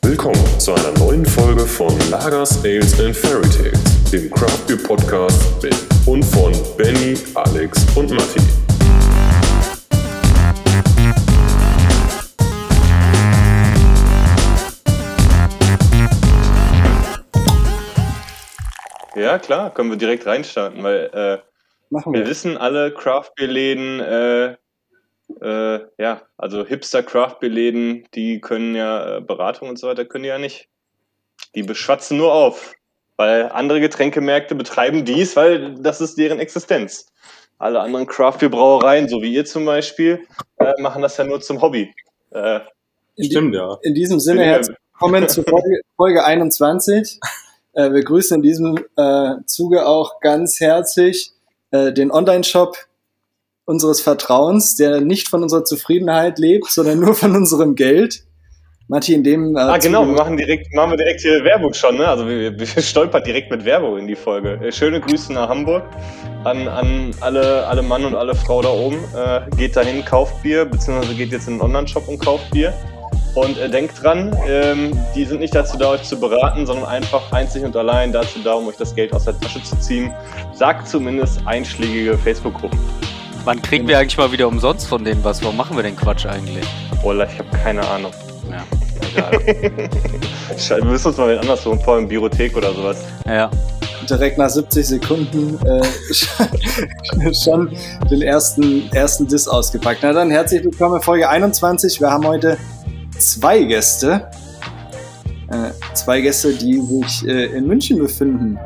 Willkommen zu einer neuen Folge von Lagers, Ales and Fairy Tales, dem Craft Beer Podcast mit und von Benny, Alex und Matti. Ja, klar, können wir direkt reinstarten, weil wir wissen alle, Craft Beer Läden, also Hipster Craft Beer Läden, die können ja Beratung und so weiter, können die ja nicht. Die beschwatzen nur auf, weil andere Getränkemärkte betreiben dies, weil das ist deren Existenz. Alle anderen Craft Beer Brauereien, so wie ihr zum Beispiel, machen das ja nur zum Hobby. Stimmt, ja. In diesem Sinne, herzlich willkommen zu Folge 21. Wir grüßen in diesem Zuge auch ganz herzlich den Online-Shop unseres Vertrauens, der nicht von unserer Zufriedenheit lebt, sondern nur von unserem Geld. Matti, in dem... genau, machen wir direkt hier Werbung schon, ne? Also wir stolpern direkt mit Werbung in die Folge. Schöne Grüße nach Hamburg an alle Mann und alle Frau da oben. Geht dahin, kauft Bier, beziehungsweise geht jetzt in den Online-Shop und kauft Bier. Und denkt dran, die sind nicht dazu da, euch zu beraten, sondern einfach einzig und allein dazu da, um euch das Geld aus der Tasche zu ziehen. Sagt zumindest einschlägige Facebook-Gruppen. Wann kriegen wir eigentlich mal wieder umsonst von denen was? Warum machen wir den Quatsch eigentlich? Boah, ich habe keine Ahnung. Ja, egal. Wir müssen uns mal wen anders suchen, vor allem Biothek oder sowas. Ja. Direkt nach 70 Sekunden schon den ersten Diss ausgepackt. Na dann, herzlich willkommen, Folge 21. Wir haben heute zwei Gäste. Zwei Gäste, die sich in München befinden.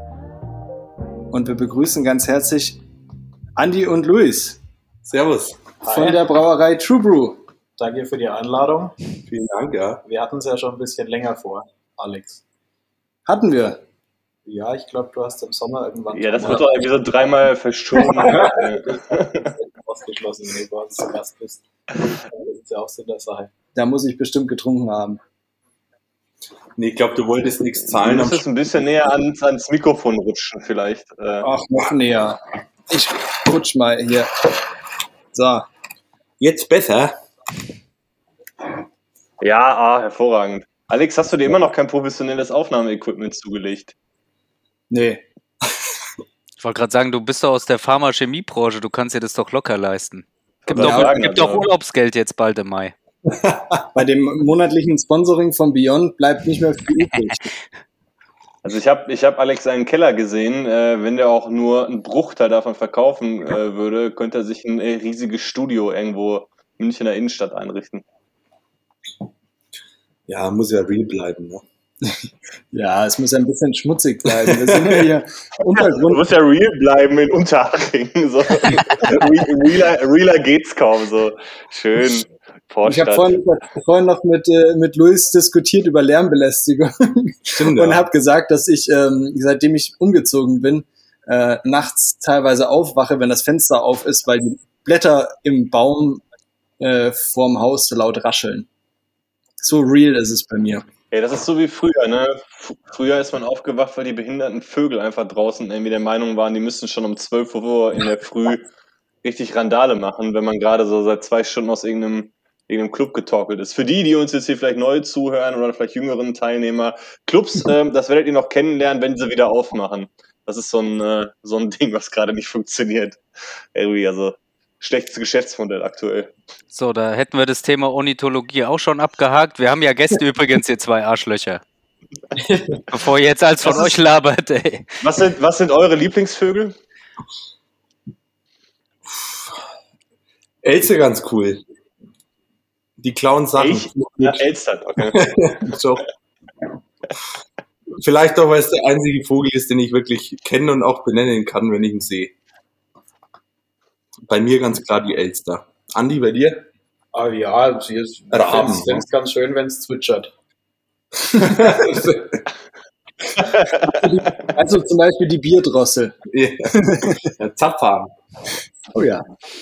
Und wir begrüßen ganz herzlich Andi und Luis. Servus. Von der Brauerei True Brew. Danke für die Einladung. Vielen Dank, ja. Wir hatten es ja schon ein bisschen länger vor, Alex. Hatten wir. Ja, ich glaube, du hast im Sommer irgendwann... Ja, das wird doch irgendwie so dreimal verschoben. Ausgeschlossen, wenn du bei uns zu Gast bist. Das ist ja auch Sinn der Sache. Da muss ich bestimmt getrunken haben. Nee, ich glaube, du wolltest nichts zahlen. Du müsstest ein bisschen näher ans Mikrofon rutschen vielleicht. Ach, noch näher. Ich rutsch mal hier. So. Jetzt besser? Ja, hervorragend. Alex, hast du dir immer noch kein professionelles Aufnahmeequipment zugelegt? Nee. Ich wollte gerade sagen, du bist doch aus der Pharma-Chemie-Branche, du kannst dir das doch locker leisten. Gib doch Urlaubsgeld jetzt bald im Mai. Bei dem monatlichen Sponsoring von Beyond bleibt nicht mehr viel übrig. Also ich hab Alex seinen Keller gesehen. Wenn der auch nur einen Bruchteil davon verkaufen würde, könnte er sich ein riesiges Studio irgendwo in München in der Innenstadt einrichten. Ja, muss ja real bleiben, ne? Ja, es muss ein bisschen schmutzig bleiben. Wir sind ja hier Untergrund. Du musst ja real bleiben in Unterhaching. So. Realer geht's kaum. So schön. Vorstadt. Ich habe vorhin noch mit Luis diskutiert über Lärmbelästigung. Stimmt, und habe gesagt, dass ich, seitdem ich umgezogen bin, nachts teilweise aufwache, wenn das Fenster auf ist, weil die Blätter im Baum vorm Haus so laut rascheln. So real ist es bei mir. Ja, das ist so wie früher, ne? Früher ist man aufgewacht, weil die behinderten Vögel einfach draußen irgendwie der Meinung waren, die müssten schon um 12 Uhr in der Früh richtig Randale machen, wenn man gerade so seit 2 Stunden aus irgendeinem Club getorkelt ist. Für die uns jetzt hier vielleicht neu zuhören oder vielleicht jüngeren Teilnehmer, Clubs, das werdet ihr noch kennenlernen, wenn sie wieder aufmachen. Das ist so ein Ding, was gerade nicht funktioniert. Irgendwie, also schlechtes Geschäftsmodell aktuell. So, da hätten wir das Thema Ornithologie auch schon abgehakt. Wir haben ja Gäste übrigens hier 2 Arschlöcher. Bevor ihr jetzt als von euch labert, ey. Was sind eure Lieblingsvögel? Elster ganz cool. Die klauen Sachen. Ja, Elster, okay. So. Vielleicht auch, weil es der einzige Vogel ist, den ich wirklich kenne und auch benennen kann, wenn ich ihn sehe. Bei mir ganz klar die Elster. Andi, bei dir? Ah ja, sie ist Raben. Ich finde es ganz schön, wenn es zwitschert. Also zum Beispiel die Bierdrossel. Ja. Zapfhahn. Oh ja.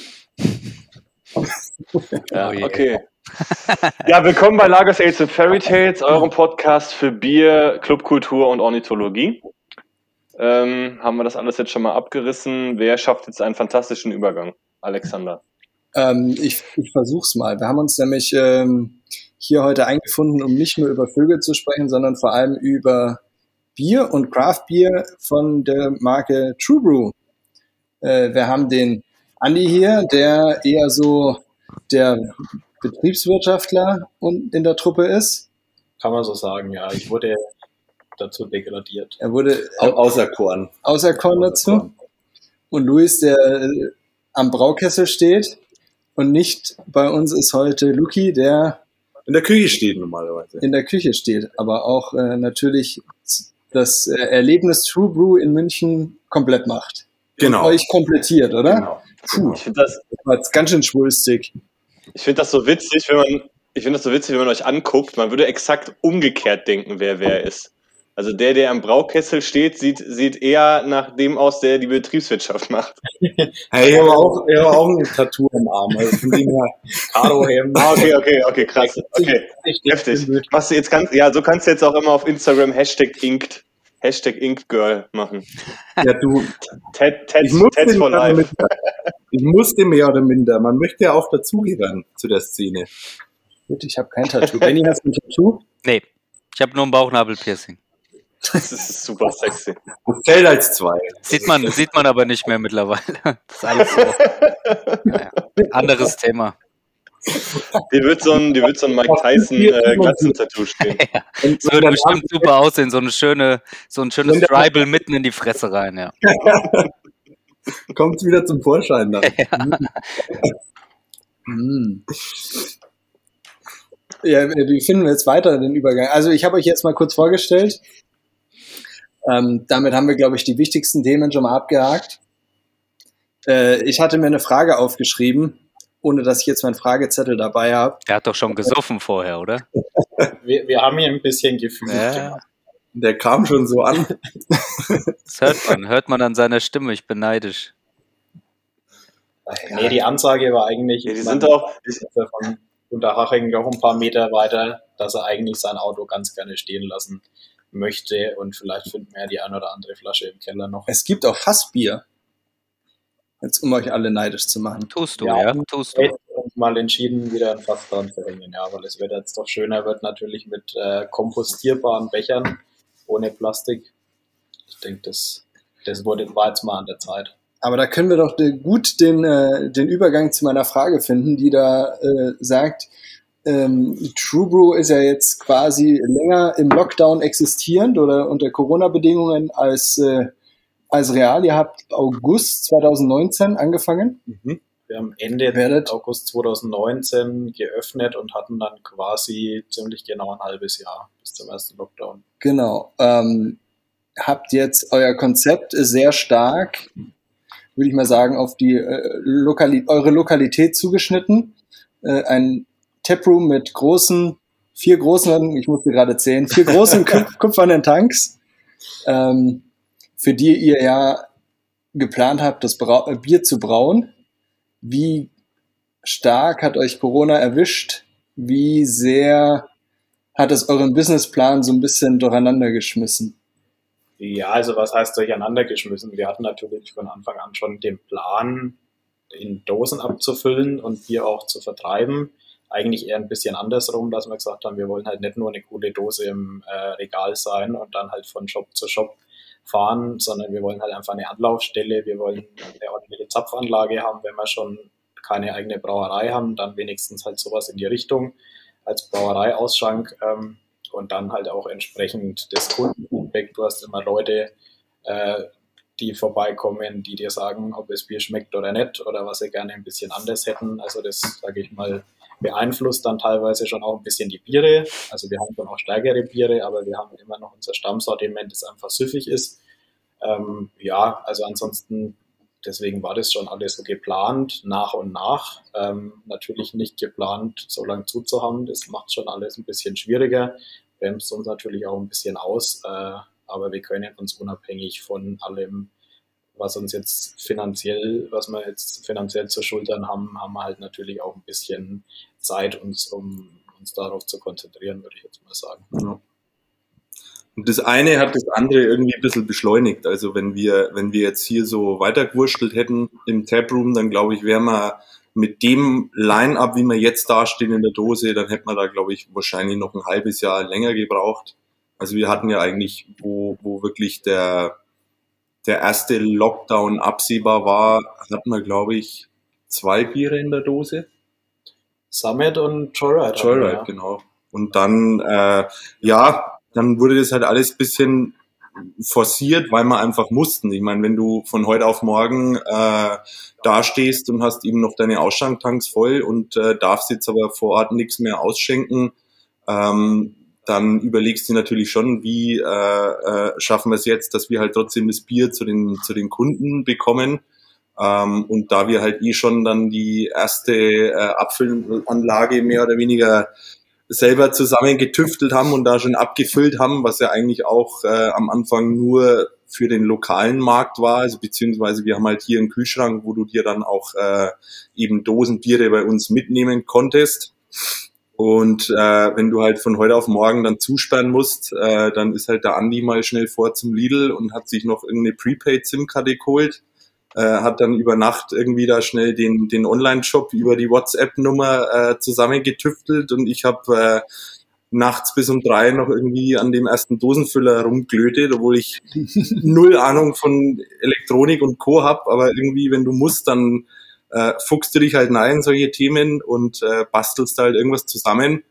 Ja, okay. Ja, willkommen bei Lagers, Ales and Fairy Tales, eurem Podcast für Bier, Clubkultur und Ornithologie. Haben wir das alles jetzt schon mal abgerissen? Wer schafft jetzt einen fantastischen Übergang? Alexander. Ich versuch's mal. Wir haben uns nämlich hier heute eingefunden, um nicht nur über Vögel zu sprechen, sondern vor allem über Bier und Craft Beer von der Marke True Brew. Wir haben den Andi hier, der eher so der Betriebswirtschaftler in der Truppe ist. Kann man so sagen, ja. Ich wurde dazu degradiert. Er wurde Auserkoren. auserkoren dazu. Und Luis, der am Braukessel steht. Und nicht bei uns ist heute Luki, der In der Küche steht normalerweise. in der Küche steht, aber auch natürlich das Erlebnis True Brew in München komplett macht. Genau. Und euch komplettiert, oder? Genau. Puh, Ich finde das, das war jetzt ganz schön schwulstig. ich find das so witzig, wenn man euch anguckt. Man würde exakt umgekehrt denken, wer ist. Also der am Braukessel steht, sieht eher nach dem aus, der die Betriebswirtschaft macht. Hey, ich habe auch ein Tattoo am Arm. Also von dem her, Karo-Hemd. Okay, krass. Okay, heftig. So kannst du jetzt auch immer auf Instagram Hashtag Girl machen. Ja, du, Tats ich for life. musste mehr oder minder. Man möchte ja auch dazugehören zu der Szene. Gut, ich habe kein Tattoo. Benni, hast du ein Tattoo? Nee, ich habe nur ein Bauchnabelpiercing. Das ist super sexy. Das zählt als 2. Sieht man aber nicht mehr mittlerweile. Das ist alles so. Naja, anderes Thema. Dir wird so ein Mike Tyson Glatzen-Tattoo stehen. Ja, das würde bestimmt super aussehen, so ein schönes Tribal mitten in die Fresse rein, ja. Kommt wieder zum Vorschein dann. Ja, wie finden wir jetzt weiter den Übergang? Also ich habe euch jetzt mal kurz vorgestellt. Damit haben wir, glaube ich, die wichtigsten Themen schon mal abgehakt. Ich hatte mir eine Frage aufgeschrieben, ohne dass ich jetzt meinen Fragezettel dabei habe. Der hat doch schon gesoffen vorher, oder? Wir haben hier ein bisschen gefühlt. Ja, Der kam schon so an. das hört man an seiner Stimme, ich bin neidisch. Nee, die Ansage war eigentlich, Ja, die sind auch, von Unterhaching noch ein paar Meter weiter, dass er eigentlich sein Auto ganz gerne stehen lassen möchte und vielleicht finden wir ja die ein oder andere Flasche im Keller noch. Es gibt auch Fassbier. Jetzt, um euch alle neidisch zu machen. Tust du, Ja. ja? Tust du. Und mal entschieden, wieder ein Fass dran zu hängen, ja, weil es wird jetzt doch schöner, wird natürlich mit kompostierbaren Bechern ohne Plastik. Ich denke, das war jetzt mal an der Zeit. Aber da können wir doch gut den Übergang zu meiner Frage finden, die da sagt, True Brew ist ja jetzt quasi länger im Lockdown existierend oder unter Corona-Bedingungen als real. Ihr habt August 2019 angefangen. Wir haben Ende August 2019 geöffnet und hatten dann quasi ziemlich genau ein halbes Jahr bis zum ersten Lockdown. Genau. Habt jetzt euer Konzept sehr stark, würde ich mal sagen, auf die eure Lokalität zugeschnitten. Ein Taproom mit vier großen kupfernen Tanks, für die ihr ja geplant habt, das Bier zu brauen. Wie stark hat euch Corona erwischt? Wie sehr hat es euren Businessplan so ein bisschen durcheinander geschmissen? Ja, also was heißt durcheinander geschmissen? Wir hatten natürlich von Anfang an schon den Plan, in Dosen abzufüllen und Bier auch zu vertreiben. Eigentlich eher ein bisschen andersrum, dass wir gesagt haben, wir wollen halt nicht nur eine coole Dose im Regal sein und dann halt von Shop zu Shop fahren, sondern wir wollen halt einfach eine Anlaufstelle, wir wollen eine ordentliche Zapfanlage haben, wenn wir schon keine eigene Brauerei haben, dann wenigstens halt sowas in die Richtung als Brauereiausschank und dann halt auch entsprechend das Kundenfeedback. Du hast immer Leute, die vorbeikommen, die dir sagen, ob das Bier schmeckt oder nicht oder was sie gerne ein bisschen anders hätten. Also das, sage ich mal, beeinflusst dann teilweise schon auch ein bisschen die Biere. Also wir haben schon auch stärkere Biere, aber wir haben immer noch unser Stammsortiment, das einfach süffig ist. Ja, also ansonsten, deswegen war das schon alles so geplant, nach und nach. Natürlich nicht geplant, so lange zuzuhaben. Das macht schon alles ein bisschen schwieriger, bremst uns natürlich auch ein bisschen aus. Aber wir können uns unabhängig von allem, was wir jetzt finanziell zu schultern haben, haben wir halt natürlich auch ein bisschen Zeit, um uns darauf zu konzentrieren, würde ich jetzt mal sagen. Ja. Und das eine hat das andere irgendwie ein bisschen beschleunigt. Also wenn wir jetzt hier so weitergewurschtelt hätten im Taproom, dann glaube ich, wären wir mit dem Line-Up, wie wir jetzt dastehen in der Dose, dann hätte man da, glaube ich, wahrscheinlich noch ein halbes Jahr länger gebraucht. Also wir hatten ja eigentlich, wo wirklich der erste Lockdown absehbar war, hatten wir, glaube ich, 2 Biere in der Dose. Summit und Joyride. Joyride, ja. genau. Und dann, dann wurde das halt alles ein bisschen forciert, weil wir einfach mussten. Ich meine, wenn du von heute auf morgen dastehst und hast eben noch deine Ausschanktanks voll und darfst jetzt aber vor Ort nichts mehr ausschenken, dann überlegst du natürlich schon, wie schaffen wir es jetzt, dass wir halt trotzdem das Bier zu den Kunden bekommen. Und da wir halt schon dann die erste Abfüllanlage mehr oder weniger selber zusammen getüftelt haben und da schon abgefüllt haben, was ja eigentlich auch am Anfang nur für den lokalen Markt war, also beziehungsweise wir haben halt hier einen Kühlschrank, wo du dir dann auch eben Dosenbiere bei uns mitnehmen konntest. Und wenn du halt von heute auf morgen dann zusperren musst, dann ist halt der Andi mal schnell vor zum Lidl und hat sich noch irgendeine Prepaid-SIM-Karte geholt, hat dann über Nacht irgendwie da schnell den Online-Shop über die WhatsApp-Nummer zusammengetüftelt und ich habe nachts bis um 3 noch irgendwie an dem ersten Dosenfüller rumglötet, obwohl ich null Ahnung von Elektronik und Co. hab, aber irgendwie, wenn du musst, dann fuchst du dich halt rein in solche Themen und bastelst halt irgendwas zusammen.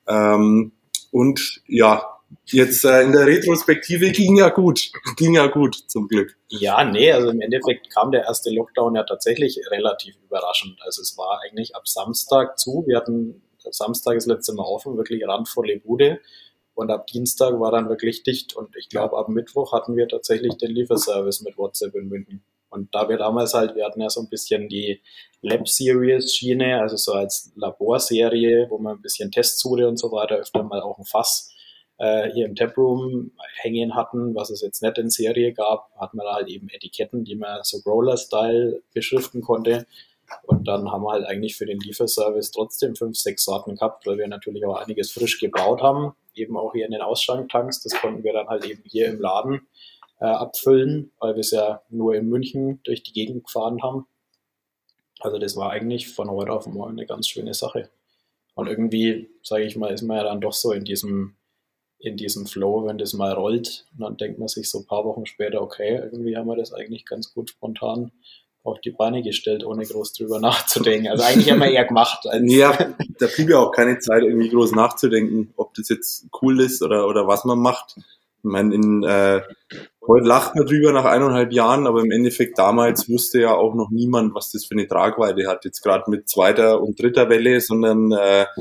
Und ja, jetzt in der Retrospektive ging ja gut zum Glück. Ja, nee, also im Endeffekt kam der erste Lockdown ja tatsächlich relativ überraschend. Also es war eigentlich ab Samstag zu. Wir hatten Samstag das letzte Mal offen, wirklich randvolle Bude. Und ab Dienstag war dann wirklich dicht. Und ich glaube, ab Mittwoch hatten wir tatsächlich den Lieferservice mit WhatsApp in München. Und da wir damals halt, wir hatten ja so ein bisschen die Lab-Series-Schiene, also so als Laborserie, wo man ein bisschen Testsude und so weiter, öfter mal auch ein Fass hier im Taproom hängen hatten, was es jetzt nicht in Serie gab, hatten wir da halt eben Etiketten, die man so Roller-Style beschriften konnte. Und dann haben wir halt eigentlich für den Lieferservice trotzdem 5, 6 Sorten gehabt, weil wir natürlich auch einiges frisch gebraut haben, eben auch hier in den Ausschanktanks. Das konnten wir dann halt eben hier im Laden abfüllen, weil wir es ja nur in München durch die Gegend gefahren haben. Also das war eigentlich von heute auf morgen eine ganz schöne Sache. Und irgendwie, sage ich mal, ist man ja dann doch so in diesem Flow, wenn das mal rollt. Und dann denkt man sich so ein paar Wochen später, okay, irgendwie haben wir das eigentlich ganz gut spontan auf die Beine gestellt, ohne groß drüber nachzudenken. Also eigentlich haben wir eher gemacht. Ja, da blieb ja auch keine Zeit, irgendwie groß nachzudenken, ob das jetzt cool ist oder was man macht. Ich meine, heute lacht man drüber nach 1,5 Jahren, aber im Endeffekt damals wusste ja auch noch niemand, was das für eine Tragweite hat. Jetzt gerade mit 2. und 3. Welle, sondern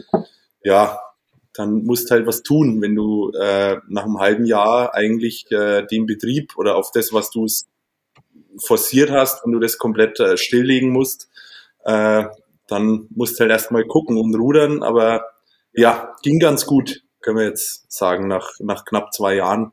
dann musst halt was tun, wenn du nach einem halben Jahr eigentlich den Betrieb oder auf das, was du forciert hast, wenn du das komplett stilllegen musst, dann musst du halt erstmal gucken und rudern, aber ja, ging ganz gut, können wir jetzt sagen, nach knapp 2 Jahren.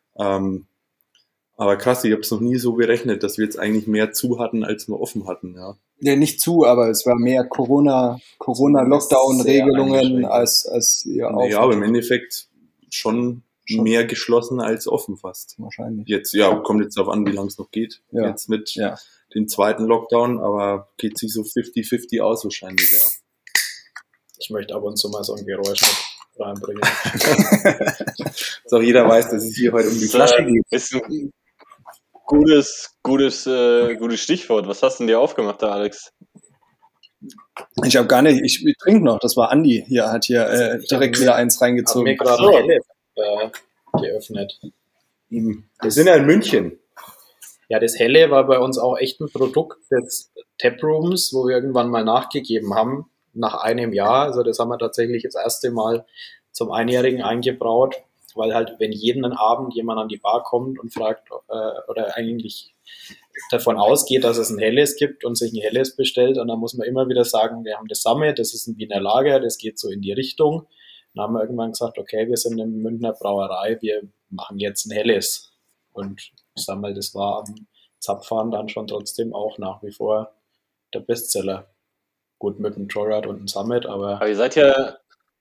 Aber krass, ich habe es noch nie so berechnet, dass wir jetzt eigentlich mehr zu hatten, als wir offen hatten, ja. Ja, nicht zu, aber es war mehr Corona-Lockdown-Regelungen als ihr auch. Ja, aber im Endeffekt schon mehr geschlossen als offen fast. Wahrscheinlich. Jetzt, kommt jetzt darauf an, wie lange es noch geht. Ja. Jetzt mit dem zweiten Lockdown, aber geht sich so 50-50 aus wahrscheinlich, ja. Ich möchte ab und zu mal so ein Geräusch mit reinbringen. Dass auch jeder weiß, dass es hier heute um die Flasche geht. Ist ein gutes Stichwort. Was hast du denn dir aufgemacht da, Alex? Ich habe gar nicht, ich trinke noch, das war Andi hier, hat hier direkt wieder eins Ich habe reingezogen. mir gerade Helle geöffnet. Wir sind ja in München. Ja, das Helle war bei uns auch echt ein Produkt des Taprooms, wo wir irgendwann mal nachgegeben haben, nach einem Jahr. Also das haben wir tatsächlich das erste Mal zum Einjährigen eingebraut, weil halt, wenn jeden Abend jemand an die Bar kommt und fragt, oder eigentlich davon ausgeht, dass es ein Helles gibt und sich ein Helles bestellt, und dann muss man immer wieder sagen, wir haben das Summit, das ist ein Wiener Lager, das geht so in die Richtung. Dann haben wir irgendwann gesagt, okay, wir sind eine Münchner Brauerei, wir machen jetzt ein Helles. Und ich sag mal, das war am Zapfhahn dann schon trotzdem auch nach wie vor der Bestseller. Gut, mit einem Joyride und einem Summit, aber ihr seid ja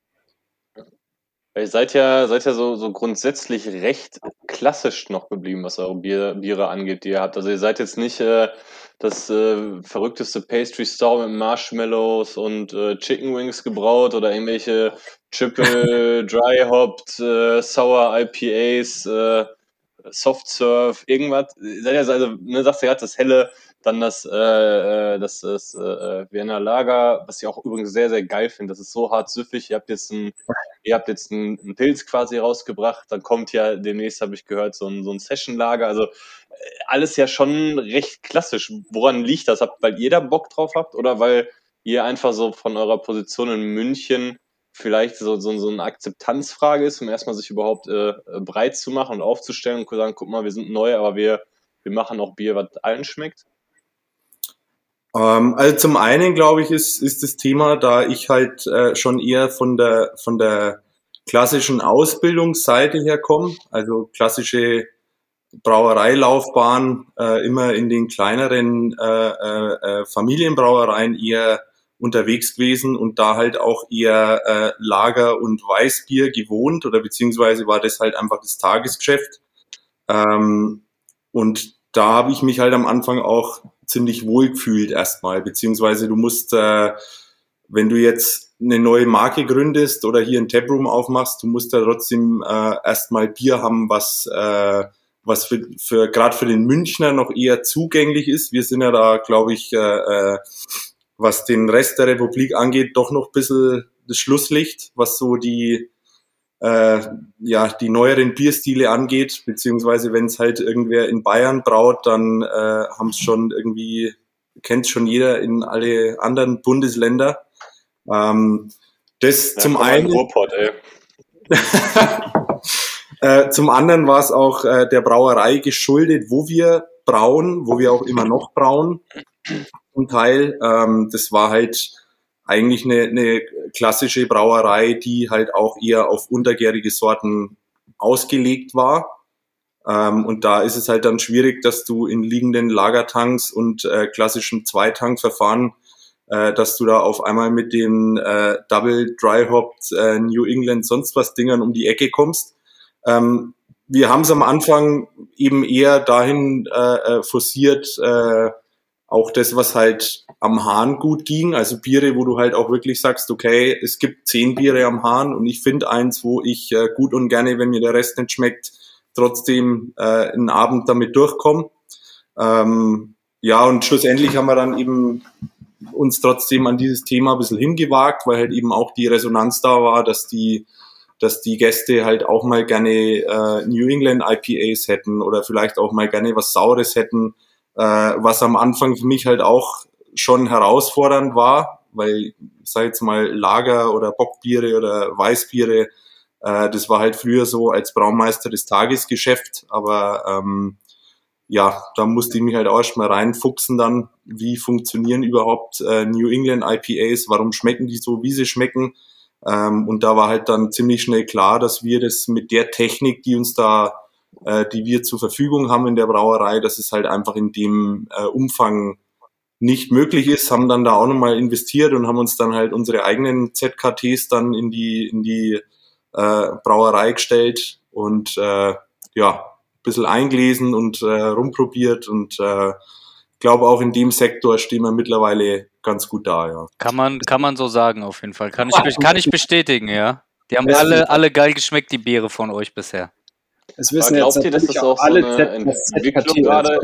so grundsätzlich recht klassisch noch geblieben, was eure Biere angeht, die ihr habt. Also ihr seid jetzt nicht das verrückteste Pastry Sour mit Marshmallows und Chicken Wings gebraut oder irgendwelche Triple Dry Hopped Sour IPAs, Soft Serve, irgendwas. Also, ne, sagst du gerade das Helle, dann das Vienna Lager, was ich auch übrigens sehr, sehr geil finde. Das ist so hart süffig. Ihr habt jetzt einen Pilz quasi rausgebracht, dann kommt ja demnächst, habe ich gehört, so ein Session-Lager. Also alles ja schon recht klassisch. Woran liegt das? Weil ihr da Bock drauf habt oder weil ihr einfach so von eurer Position in München vielleicht so eine Akzeptanzfrage ist, um erstmal sich überhaupt breit zu machen und aufzustellen und zu sagen, guck mal, wir sind neu, aber wir machen auch Bier, was allen schmeckt? Also zum einen, glaube ich, ist das Thema, da ich halt schon eher von der klassischen Ausbildungsseite her komme, also klassische Brauereilaufbahn, immer in den kleineren Familienbrauereien eher unterwegs gewesen und da halt auch eher Lager- und Weißbier gewohnt oder beziehungsweise war das halt einfach das Tagesgeschäft. Und da habe ich mich halt am Anfang auch ziemlich wohl gefühlt erstmal, beziehungsweise du musst, wenn du jetzt eine neue Marke gründest oder hier ein Taproom aufmachst, du musst ja trotzdem erstmal Bier haben, was für gerade für den Münchner noch eher zugänglich ist. Wir sind ja da, glaube ich, was den Rest der Republik angeht, doch noch ein bisschen das Schlusslicht, was so die neueren Bierstile angeht, beziehungsweise wenn es halt irgendwer in Bayern braut, dann haben es schon irgendwie, kennt schon jeder in alle anderen Bundesländer. Das zum einen. Ruhrpott, ey. Zum anderen war es auch der Brauerei geschuldet, wo wir brauen, wo wir auch immer noch brauen, zum Teil. Das war halt eigentlich eine klassische Brauerei, die halt auch eher auf untergärige Sorten ausgelegt war. Und da ist es halt dann schwierig, dass du in liegenden Lagertanks und klassischen Zweitankverfahren, dass du da auf einmal mit den Double Dry Hopped New England sonst was Dingern um die Ecke kommst. Wir haben es am Anfang eben eher dahin forciert, auch das, was halt am Hahn gut ging, also Biere, wo du halt auch wirklich sagst, okay, es gibt 10 Biere am Hahn und ich finde eins, wo ich gut und gerne, wenn mir der Rest nicht schmeckt, trotzdem einen Abend damit durchkomme. Ja, und schlussendlich haben wir dann eben uns trotzdem an dieses Thema ein bisschen hingewagt, weil halt eben auch die Resonanz da war, dass die Gäste halt auch mal gerne New England IPAs hätten oder vielleicht auch mal gerne was Saures hätten, was am Anfang für mich halt auch schon herausfordernd war, weil, sag jetzt mal, Lager oder Bockbiere oder Weißbiere, das war halt früher so als Braumeister das Tagesgeschäft, aber ja, da musste ich mich halt auch erstmal reinfuchsen dann, wie funktionieren überhaupt New England IPAs, warum schmecken die so, wie sie schmecken. Und da war halt dann ziemlich schnell klar, dass wir das mit der Technik, die wir zur Verfügung haben in der Brauerei, dass es halt einfach in dem Umfang nicht möglich ist, haben dann da auch nochmal investiert und haben uns dann halt unsere eigenen ZKTs dann in die Brauerei gestellt und ein bisschen eingelesen und rumprobiert und glaube auch in dem Sektor stehen wir mittlerweile ganz gut da, ja. Kann man so sagen, auf jeden Fall. Kann ich bestätigen, ja. Die haben alle geil geschmeckt, die Biere von euch bisher. Es wissen Glaubt jetzt ihr, dass das auch so alle eine Entwicklung gerade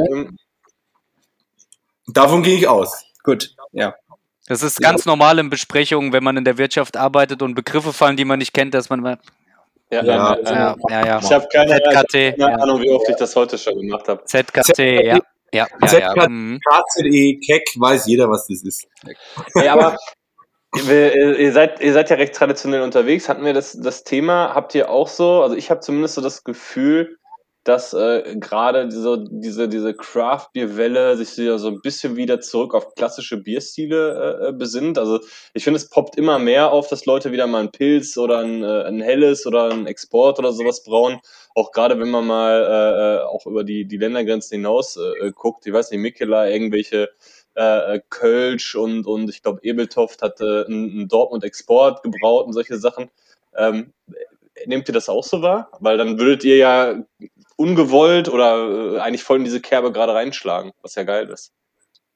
Davon gehe ich aus. Gut, ja. Das ist ganz normal in Besprechungen, wenn man in der Wirtschaft arbeitet und Begriffe fallen, die man nicht kennt, dass man Ja. Ich habe keine Ahnung, wie oft ich das heute schon gemacht habe. ZKT, ja. KZE, Keck, weiß jeder, was das ist. Ja, aber ihr seid ja recht traditionell unterwegs. Hatten wir das Thema, habt ihr auch so, also ich habe zumindest so das Gefühl, dass gerade diese Craft-Bier-Welle sich so ein bisschen wieder zurück auf klassische Bierstile besinnt. Also ich finde, es poppt immer mehr auf, dass Leute wieder mal ein Pilz oder ein Helles oder ein Export oder sowas brauen. Auch gerade wenn man mal auch über die Ländergrenzen hinaus guckt. Ich weiß nicht, Mikkeler, irgendwelche Kölsch und ich glaube Ebeltoft hat einen Dortmund-Export gebraut und solche Sachen. Nehmt ihr das auch so wahr? Weil dann würdet ihr ja ungewollt oder eigentlich voll in diese Kerbe gerade reinschlagen, was ja geil ist.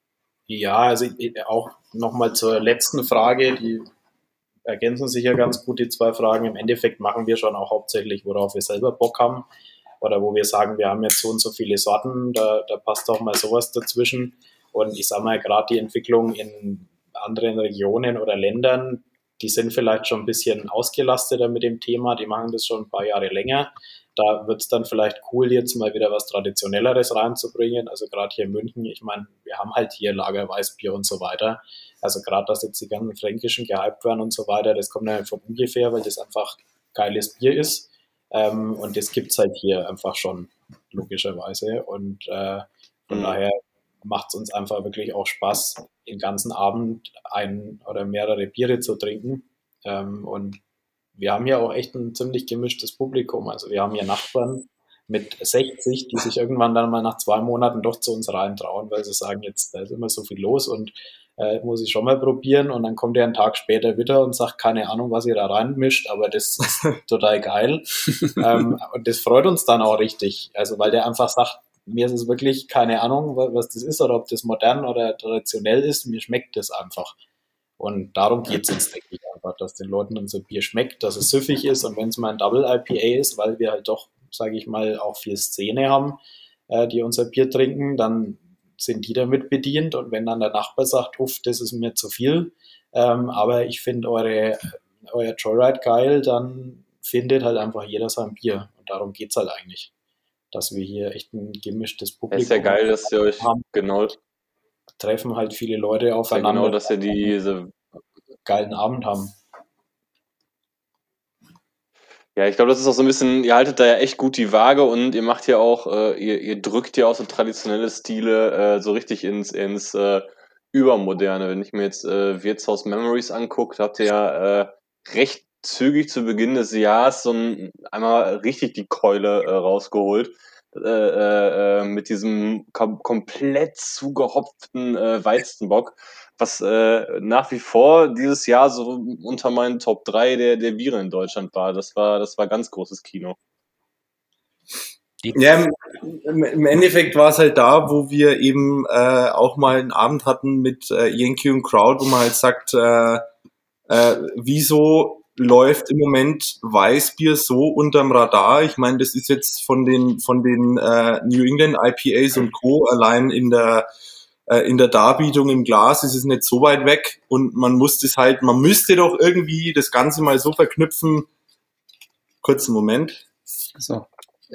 Ja, also auch nochmal zur letzten Frage, die ergänzen sich ja ganz gut, die zwei Fragen. Im Endeffekt machen wir schon auch hauptsächlich, worauf wir selber Bock haben oder wo wir sagen, wir haben jetzt so und so viele Sorten, da passt auch mal sowas dazwischen. Und ich sage mal, gerade die Entwicklung in anderen Regionen oder Ländern, die sind vielleicht schon ein bisschen ausgelasteter mit dem Thema, die machen das schon ein paar Jahre länger. Da wird es dann vielleicht cool, jetzt mal wieder was Traditionelleres reinzubringen. Also gerade hier in München, ich meine, wir haben halt hier Lagerweißbier und so weiter. Also gerade, dass jetzt die ganzen Fränkischen gehypt werden und so weiter, das kommt ja von ungefähr, weil das einfach geiles Bier ist. Und das gibt's halt hier einfach schon, logischerweise. Und von daher macht es uns einfach wirklich auch Spaß, den ganzen Abend ein oder mehrere Biere zu trinken. Und wir haben ja auch echt ein ziemlich gemischtes Publikum. Also wir haben hier Nachbarn mit 60, die sich irgendwann dann mal nach 2 Monaten doch zu uns reintrauen, weil sie sagen, jetzt da ist immer so viel los und muss ich schon mal probieren. Und dann kommt er einen Tag später wieder und sagt, keine Ahnung, was ihr da reinmischt, aber das ist total geil. Und das freut uns dann auch richtig. Also weil der einfach sagt, mir ist es wirklich keine Ahnung, was das ist oder ob das modern oder traditionell ist. Mir schmeckt das einfach. Und darum geht es uns, denke ich, einfach, dass den Leuten unser Bier schmeckt, dass es süffig ist und wenn es mal ein Double IPA ist, weil wir halt doch, sage ich mal, auch viel Szene haben, die unser Bier trinken, dann sind die damit bedient und wenn dann der Nachbar sagt, uff, das ist mir zu viel, aber ich finde euer Joyride geil, dann findet halt einfach jeder sein Bier und darum geht es halt eigentlich, dass wir hier echt ein gemischtes Publikum ist ja geil, dass ihr euch haben. genau, Treffen halt viele Leute ist ja aufeinander, genau, dass ihr diese geilen Abend haben. Ja, ich glaube, das ist auch so ein bisschen, ihr haltet da ja echt gut die Waage und ihr macht ja auch, ihr drückt ja auch so traditionelle Stile so richtig ins Übermoderne. Wenn ich mir jetzt Wirtshaus Memories angucke, da habt ihr ja recht zügig zu Beginn des Jahres einmal richtig die Keule rausgeholt. Mit diesem komplett zugehopften Weizenbock, was nach wie vor dieses Jahr so unter meinen Top 3 der Biere in Deutschland war. Das war ganz großes Kino. Ja, im Endeffekt war es halt da, wo wir eben auch mal einen Abend hatten mit Yankee und Crowd, wo man halt sagt, wieso läuft im Moment Weißbier so unterm Radar? Ich meine, das ist jetzt von den New England IPAs und Co. allein in der Darbietung im Glas ist es nicht so weit weg und man müsste doch irgendwie das Ganze mal so verknüpfen. Kurzen Moment. So.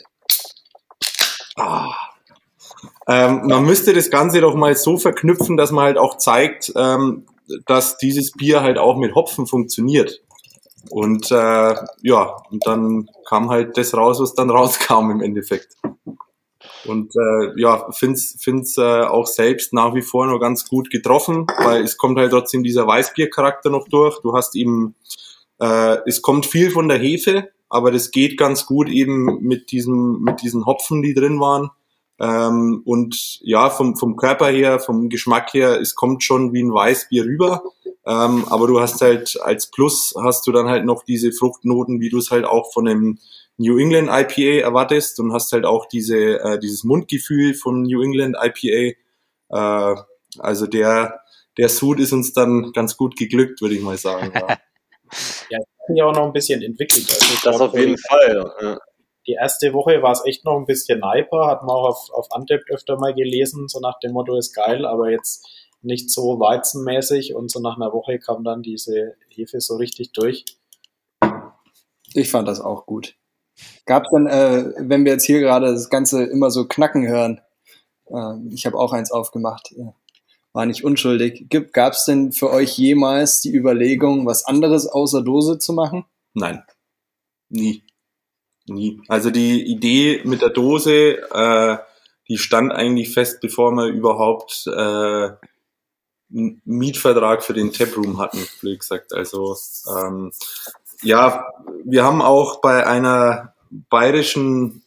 Man müsste das Ganze doch mal so verknüpfen, dass man halt auch zeigt, dass dieses Bier halt auch mit Hopfen funktioniert. Und und dann kam halt das raus, was dann rauskam im Endeffekt. Und find's auch selbst nach wie vor noch ganz gut getroffen, weil es kommt halt trotzdem dieser Weißbiercharakter noch durch. Du hast eben, es kommt viel von der Hefe, aber das geht ganz gut eben mit diesen Hopfen, die drin waren. Und ja, vom Körper her, vom Geschmack her, es kommt schon wie ein Weißbier rüber. Aber du hast halt als Plus hast du dann halt noch diese Fruchtnoten, wie du es halt auch von einem New England IPA erwartest und hast halt auch dieses Mundgefühl vom New England IPA. Also der Sud ist uns dann ganz gut geglückt, würde ich mal sagen. Ja. Ja, ich habe mich auch noch ein bisschen entwickelt. Also ich Das glaub, auf jeden Fall. Ja. die erste Woche war es echt noch ein bisschen hyper, hat man auch auf Untappd öfter mal gelesen, so nach dem Motto ist geil, aber jetzt nicht so weizenmäßig und so nach einer Woche kam dann diese Hefe so richtig durch. Ich fand das auch gut. Gab's dann, wenn wir jetzt hier gerade das Ganze immer so knacken hören, ich habe auch eins aufgemacht, war nicht unschuldig. Gab's denn für euch jemals die Überlegung, was anderes außer Dose zu machen? Nein, nie. Also die Idee mit der Dose, die stand eigentlich fest, bevor wir überhaupt einen Mietvertrag für den Taproom hatten, blöd gesagt. Also wir haben auch bei einem bayerischen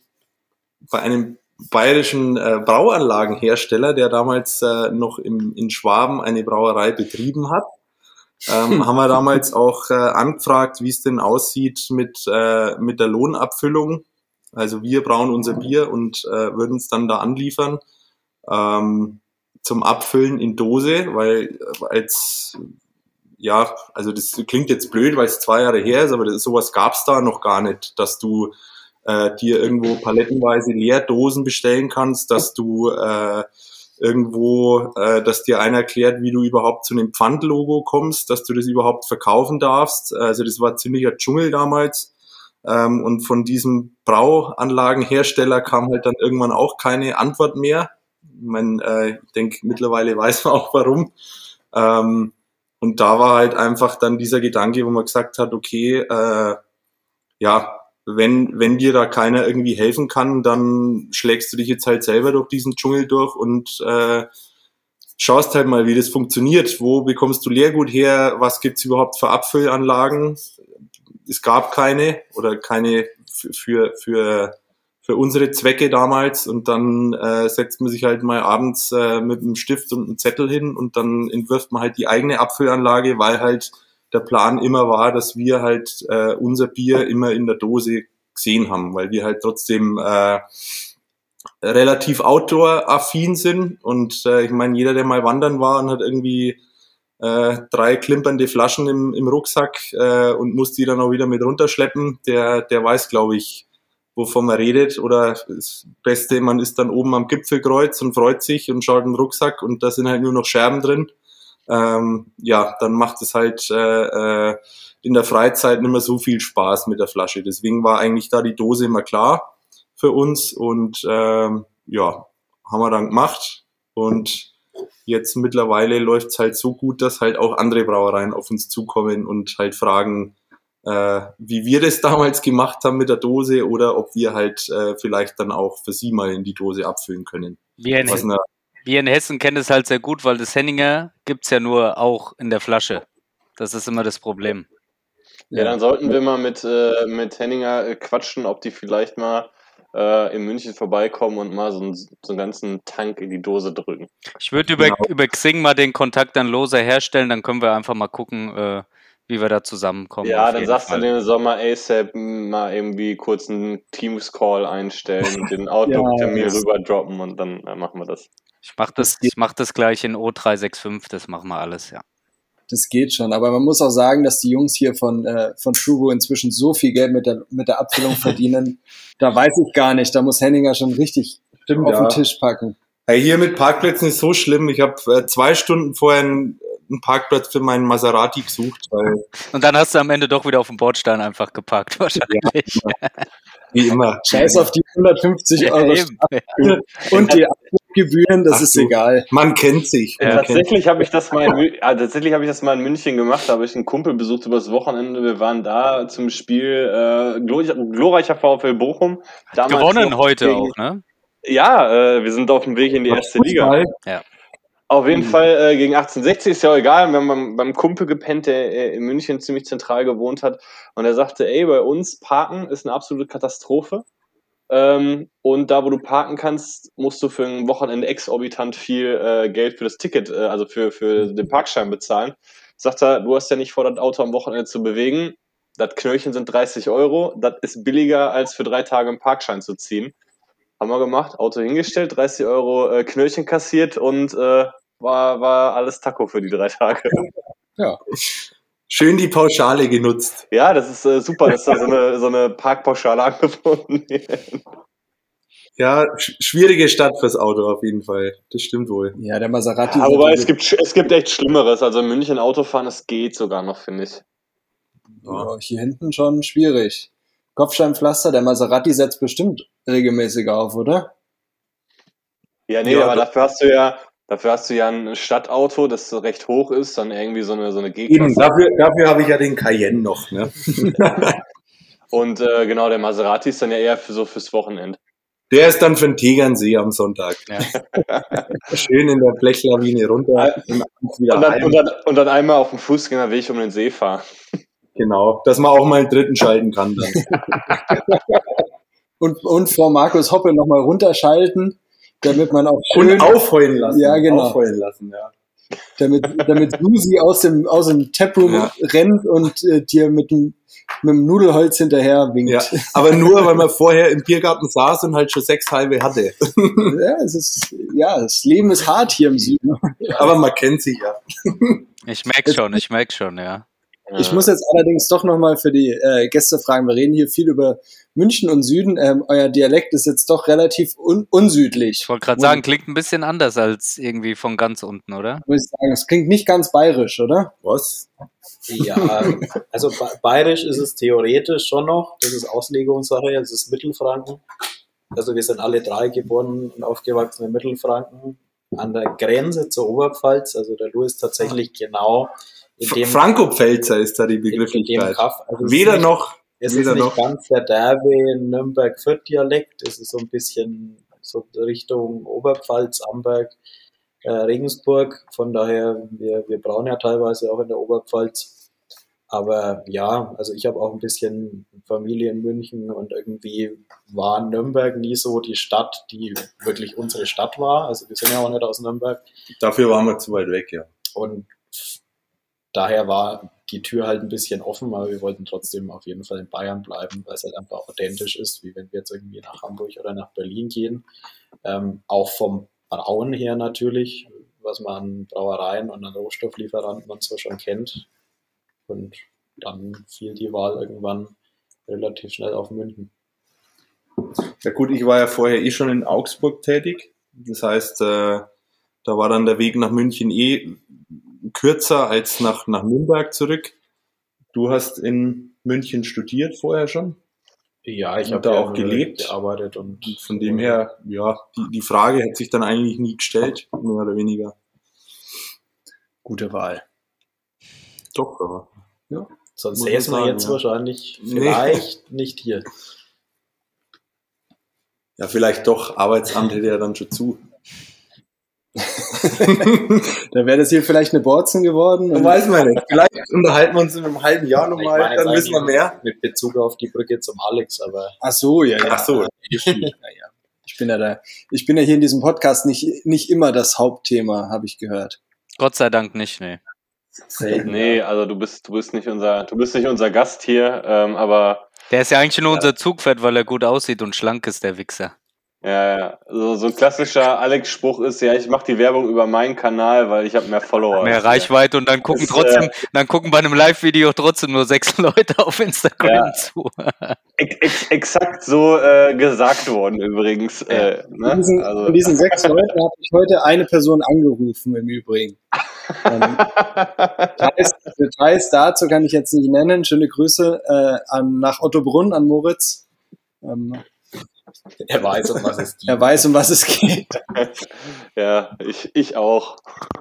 Brauanlagenhersteller, der damals noch in Schwaben eine Brauerei betrieben hat, haben wir damals auch angefragt, wie es denn aussieht mit der Lohnabfüllung. Also wir brauen unser Bier und würden es dann da anliefern. zum Abfüllen in Dose, weil also das klingt jetzt blöd, weil es 2 Jahre her ist, aber sowas gab's da noch gar nicht, dass du dir irgendwo palettenweise Leerdosen bestellen kannst, dass du dass dir einer erklärt, wie du überhaupt zu einem Pfandlogo kommst, dass du das überhaupt verkaufen darfst. Also das war ziemlicher Dschungel damals. Und von diesem Brauanlagenhersteller kam halt dann irgendwann auch keine Antwort mehr. Ich meine, ich denke, mittlerweile weiß man auch warum. Und da war halt einfach dann dieser Gedanke, wo man gesagt hat, okay, wenn dir da keiner irgendwie helfen kann, dann schlägst du dich jetzt halt selber durch diesen Dschungel durch und schaust halt mal, wie das funktioniert. Wo bekommst du Leergut her? Was gibt's überhaupt für Abfüllanlagen? Es gab keine oder keine für unsere Zwecke damals, und dann setzt man sich halt mal abends mit einem Stift und einem Zettel hin und dann entwirft man halt die eigene Abfüllanlage, weil halt der Plan immer war, dass wir halt unser Bier immer in der Dose gesehen haben, weil wir halt trotzdem relativ outdoor-affin sind, und ich meine, jeder, der mal wandern war und hat irgendwie 3 klimpernde Flaschen im Rucksack und muss die dann auch wieder mit runterschleppen, der weiß, glaube ich, wovon man redet. Oder das Beste, man ist dann oben am Gipfelkreuz und freut sich und schaut in den Rucksack und da sind halt nur noch Scherben drin. Dann macht es halt in der Freizeit nicht mehr so viel Spaß mit der Flasche. Deswegen war eigentlich da die Dose immer klar für uns, und haben wir dann gemacht, und jetzt mittlerweile läuft's halt so gut, dass halt auch andere Brauereien auf uns zukommen und halt fragen, wie wir das damals gemacht haben mit der Dose, oder ob wir halt vielleicht dann auch für sie mal in die Dose abfüllen können. Wir in Hessen kennen es halt sehr gut, weil das Henninger gibt's ja nur auch in der Flasche. Das ist immer das Problem. Ja, dann sollten wir mal mit Henninger quatschen, ob die vielleicht mal in München vorbeikommen und mal so einen ganzen Tank in die Dose drücken. Ich würde über Xing mal den Kontakt an Loser herstellen, dann können wir einfach mal gucken, wie wir da zusammenkommen. Ja, dann sagst du den Sommer ASAP mal irgendwie kurz einen Teams-Call einstellen, den Outlook-Termin rüberdroppen, und dann machen wir das. Ich mach das gleich in O365, das machen wir alles, ja. Das geht schon, aber man muss auch sagen, dass die Jungs hier von Trubo inzwischen so viel Geld mit der Abfüllung verdienen. Da weiß ich gar nicht, da muss Henninger schon richtig auf den Tisch packen. Hey, hier mit Parkplätzen ist so schlimm. Ich habe 2 Stunden vorher einen Parkplatz für meinen Maserati gesucht. Und dann hast du am Ende doch wieder auf dem Bordstein einfach geparkt, wahrscheinlich. Ja, wie immer. Scheiß auf die 150 Euro und die Abfluggebühren, das ist egal. Man kennt sich. Tatsächlich habe ich das mal in München gemacht, da habe ich einen Kumpel besucht übers Wochenende. Wir waren da zum Spiel glorreicher VfL Bochum. Gewonnen heute auch, ne? Ja, wir sind auf dem Weg in die erste Liga. Ja. Auf jeden Fall gegen 1860, ist ja auch egal. Wir haben beim Kumpel gepennt, der in München ziemlich zentral gewohnt hat. Und er sagte, bei uns parken ist eine absolute Katastrophe. Und da, wo du parken kannst, musst du für ein Wochenende exorbitant viel Geld für das Ticket, also für den Parkschein bezahlen. Sagt er, du hast ja nicht vor, das Auto am Wochenende zu bewegen. Das Knöllchen sind 30 Euro. Das ist billiger, als für 3 Tage einen Parkschein zu ziehen. Haben wir gemacht, Auto hingestellt, 30 Euro Knöllchen kassiert und war alles Taco für die 3 Tage. Ja. Schön die Pauschale genutzt. Ja, das ist super, dass da so eine Parkpauschale angeboten wird. Ja, schwierige Stadt fürs Auto auf jeden Fall. Das stimmt wohl. Ja, der Maserati. Ja, aber es gibt echt Schlimmeres. Also in München Autofahren, das geht sogar noch, finde ich. Ja, hier hinten schon schwierig. Kopfsteinpflaster, der Maserati setzt bestimmt regelmäßig auf, oder? Ja, nee, aber dafür hast du ja ein Stadtauto, das so recht hoch ist, dann irgendwie so eine G-Klasse. Eben, dafür habe ich ja den Cayenne noch, ne? Und genau, der Maserati ist dann ja eher fürs Wochenende. Der ist dann für den Tegernsee am Sonntag. Ja. Schön in der Blechlawine runter. Und dann einmal auf dem Fußgängerweg um den See fahren. Genau, dass man auch mal einen dritten schalten kann dann. und vor Markus Hoppe nochmal runterschalten, damit man auch schön... Und aufheulen lassen. Ja, genau. Aufheulen lassen, ja. Damit Susi aus dem Taproom rennt und dir mit dem mit dem Nudelholz hinterher winkt. Ja, aber nur, weil man vorher im Biergarten saß und halt schon 6 halbe hatte. Das Leben ist hart hier im Süden. Aber man kennt sich ja. Ich merk schon, ja. Ich muss jetzt allerdings doch nochmal für die Gäste fragen. Wir reden hier viel über München und Süden. Euer Dialekt ist jetzt doch relativ unsüdlich. Ich wollte gerade sagen, klingt ein bisschen anders als irgendwie von ganz unten, oder? Muss ich sagen, es klingt nicht ganz bayerisch, oder? Was? Ja, also bayerisch ist es theoretisch schon noch. Das ist Auslegungssache. Das ist Mittelfranken. Also wir sind alle 3 geboren und aufgewachsen in Mittelfranken. An der Grenze zur Oberpfalz. Also der Lu ist tatsächlich genau in dem Franco-Pfälzer ist da die Begrifflichkeit. Also Weder noch. Es ist nicht ganz der derbe Nürnberg-Fürth-Dialekt. Es ist so ein bisschen so Richtung Oberpfalz, Amberg, Regensburg. Von daher, wir brauen ja teilweise auch in der Oberpfalz. Aber ja, also ich habe auch ein bisschen Familie in München und irgendwie war Nürnberg nie so die Stadt, die wirklich unsere Stadt war. Also wir sind ja auch nicht aus Nürnberg. Dafür waren wir zu weit weg, ja. Und daher war die Tür halt ein bisschen offen, aber wir wollten trotzdem auf jeden Fall in Bayern bleiben, weil es halt einfach authentisch ist, wie wenn wir jetzt irgendwie nach Hamburg oder nach Berlin gehen. Auch vom Brauen her natürlich, was man an Brauereien und an Rohstofflieferanten und so schon kennt. Und dann fiel die Wahl irgendwann relativ schnell auf München. Ja gut, ich war ja vorher schon in Augsburg tätig. Das heißt, da war dann der Weg nach München kürzer als nach Nürnberg zurück. Du hast in München studiert vorher schon? Ja, ich habe da auch gelebt, gearbeitet und von dem her, ja, die Frage hat sich dann eigentlich nie gestellt, mehr oder weniger. Gute Wahl. Doch, aber ja. Sonst säßen wir jetzt wahrscheinlich vielleicht nicht hier. Ja, vielleicht doch, Arbeitsamt hätte ja dann schon zu. Da wäre das hier vielleicht eine Borzen geworden. Weiß man nicht. Vielleicht unterhalten wir uns in einem halben Jahr nochmal, dann wissen wir mehr. Mit Bezug auf die Brücke zum Alex, aber. Ach so, ja. Ach so. Ich bin ja hier in diesem Podcast nicht immer das Hauptthema, habe ich gehört. Gott sei Dank nicht, nee. Nee, also du bist nicht unser Gast hier, aber. Der ist ja eigentlich nur unser Zugpferd, weil er gut aussieht und schlank ist, der Wichser. Ja. So ein klassischer Alex-Spruch ist, ja, ich mache die Werbung über meinen Kanal, weil ich habe mehr Follower. Mehr Reichweite und dann gucken bei einem Live-Video trotzdem nur 6 Leute auf Instagram zu. Exakt so gesagt worden übrigens. Von diesen 6 Leuten habe ich heute eine Person angerufen im Übrigen. Details dazu kann ich jetzt nicht nennen. Schöne Grüße nach Ottobrunn an Moritz. Er weiß, um was es geht. Er weiß, um was es geht. Ja, ich auch.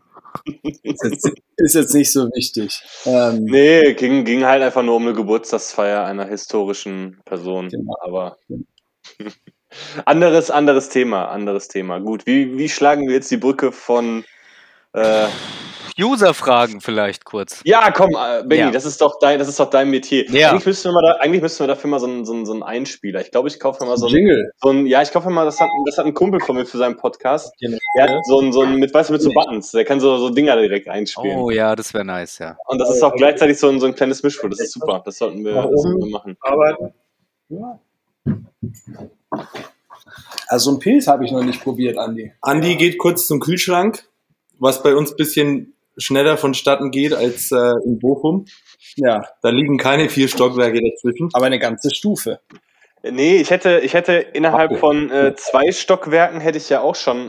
Ist jetzt nicht so wichtig. Nee, ging halt einfach nur um eine Geburtstagsfeier einer historischen Person. Genau. Aber anderes Thema. Gut, wie schlagen wir jetzt die Brücke von User-Fragen vielleicht kurz. Ja, komm, Benni, das ist doch dein Metier. Ja. Eigentlich müssen wir dafür mal so einen Einspieler. Ich glaube, ich kaufe mal so einen Jingle. Ich kaufe mal, das hat ein Kumpel von mir für seinen Podcast. Genau. Der hat so einen mit so Buttons. Der kann so Dinger direkt einspielen. Oh ja, das wäre nice, ja. Und das ist auch gleichzeitig so ein kleines Mischpult. Das ist super. Das sollten wir machen. Arbeiten. Also ein Pilz habe ich noch nicht probiert, Andi. Andi geht kurz zum Kühlschrank, was bei uns ein bisschen schneller vonstatten geht als in Bochum. Ja. Da liegen keine 4 Stockwerke dazwischen. Aber eine ganze Stufe. Nee, ich hätte innerhalb von 2 Stockwerken hätte ich ja auch schon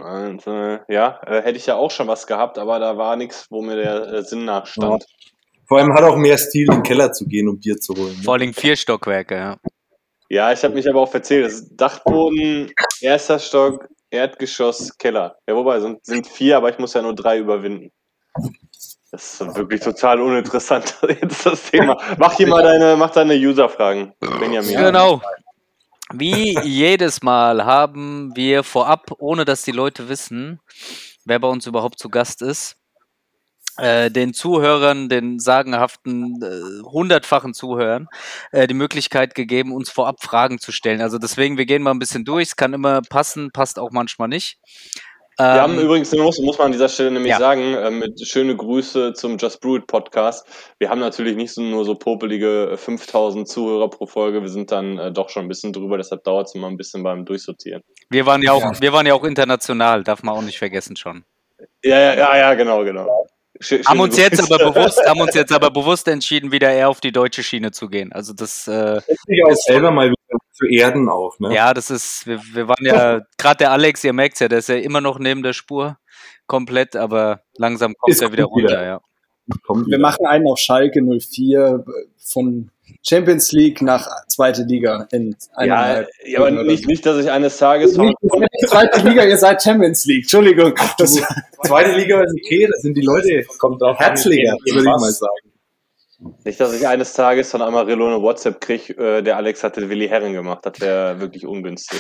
was gehabt, aber da war nichts, wo mir der Sinn nachstand. Vor allem hat auch mehr Stil, in den Keller zu gehen, um Bier zu holen. Vor allem 4 Stockwerke, ja. Ja, ich habe mich aber auch verzählt. Das ist Dachboden, 1. Stock, Erdgeschoss, Keller. Ja, wobei, sind 4, aber ich muss ja nur 3 überwinden. Das ist wirklich total uninteressant, jetzt das Thema. Mach deine User-Fragen, Benjamin. Genau. Wie jedes Mal haben wir vorab, ohne dass die Leute wissen, wer bei uns überhaupt zu Gast ist, den Zuhörern, den sagenhaften 100-fachen Zuhörern, die Möglichkeit gegeben, uns vorab Fragen zu stellen. Also deswegen, wir gehen mal ein bisschen durch. Es kann immer passen, passt auch manchmal nicht. Wir haben übrigens, muss man an dieser Stelle nämlich Ja. sagen, mit schöne Grüße zum Just Brew It Podcast. Wir haben natürlich nicht nur so popelige 5000 Zuhörer pro Folge, wir sind dann doch schon ein bisschen drüber, deshalb dauert es immer ein bisschen beim Durchsortieren. Wir waren ja auch international, darf man auch nicht vergessen schon. Ja, genau. Haben uns jetzt aber bewusst entschieden, wieder eher auf die deutsche Schiene zu gehen. Also das sich auch selber mal wieder zu erden auch, ne? ja, das ist, wir waren ja, gerade der Alex, ihr merkt ja, der ist ja immer noch neben der Spur komplett, aber langsam kommt Ist er wieder gut wieder. runter, ja. Kommt Wir wieder. machen einen auf Schalke 04 von Champions League nach zweite Liga in Ja, 1,5 aber oder nicht, dass ich eines Tages so. Nicht zweite Liga, ihr seid Champions League. Entschuldigung. Das, Zweite Liga ist okay, da sind die Leute Kommt drauf an, herzlicher, gegen würde ich was. mal sagen. Nicht, dass ich eines Tages von Amarillo eine WhatsApp kriege, der Alex hatte Willi Herren gemacht. Das wäre wirklich ungünstig.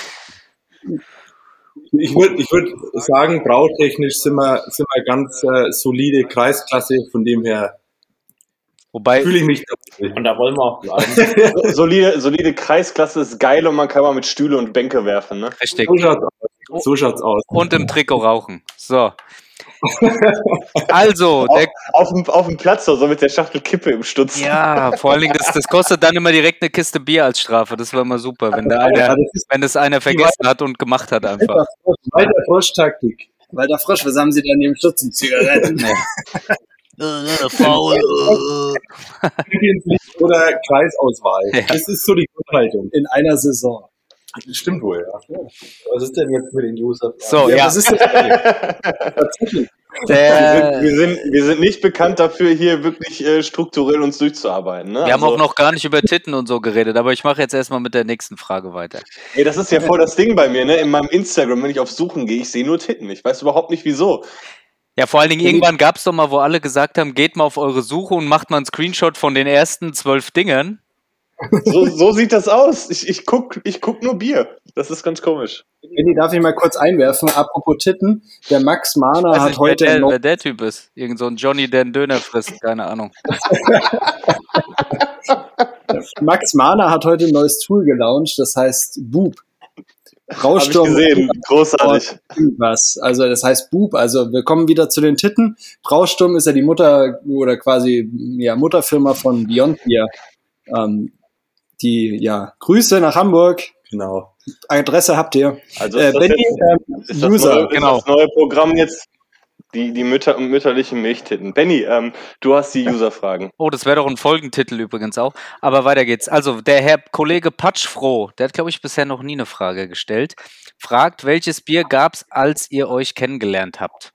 Ich würd sagen, brautechnisch sind wir ganz solide Kreisklasse, von dem her Wobei, fühle ich mich dabei. Und da wollen wir auch bleiben. Solide Kreisklasse ist geil und man kann mal mit Stühle und Bänke werfen, ne? richtig. So schaut's aus. Und im Trikot rauchen. So. Also, Auf dem Platz so mit der Schachtel Kippe im Stutz. ja, vor allen Dingen, das kostet dann immer direkt eine Kiste Bier als Strafe. Das war immer super, wenn das einer vergessen hat und gemacht hat einfach. Weiter Froschtaktik. weil der Frosch, was haben sie da neben Schutz und Zigaretten? Faul. Oder Kreisauswahl. Ja. Das ist so die Grundhaltung. In einer Saison. Das stimmt wohl, ja. Was ist denn jetzt mit den User? So, ja. Was ist das? Tatsächlich. Wir sind nicht bekannt dafür, hier wirklich strukturell uns durchzuarbeiten. Ne? Wir haben auch noch gar nicht über Titten und so geredet, aber ich mache jetzt erstmal mit der nächsten Frage weiter. Ey, das ist ja voll das Ding bei mir, ne? In meinem Instagram, wenn ich auf Suchen gehe, ich sehe nur Titten. Ich weiß überhaupt nicht wieso. Ja, vor allen Dingen, irgendwann gab es doch mal, wo alle gesagt haben, geht mal auf eure Suche und macht mal einen Screenshot von den ersten 12 Dingern. So sieht das aus. Ich guck nur Bier. Das ist ganz komisch. Benni, darf ich mal kurz einwerfen? Apropos Titten, der Max Mahner Weiß hat nicht, heute wer der Typ ist. Irgend so ein Johnny, der einen Döner frisst, keine Ahnung. Max Mahner hat heute ein neues Tool gelauncht, das heißt Boop. Hab ich Brausturm gesehen. Großartig. was. Also das heißt Boop. Also wir kommen wieder zu den Titten. Brausturm ist ja die Mutter oder quasi ja Mutterfirma von Beyond Beer. Die ja Grüße nach Hamburg. Genau. Adresse habt ihr. Also ist das, Benni, ist das, User. neue, genau. ist das neue Programm jetzt die Mütter und mütterlichen Milchtitten. Benni, du hast die User-Fragen. Oh, das wäre doch ein Folgentitel übrigens auch. Aber weiter geht's. Also, der Herr Kollege Patschfroh, der hat, glaube ich, bisher noch nie eine Frage gestellt, fragt, welches Bier gab's, als ihr euch kennengelernt habt?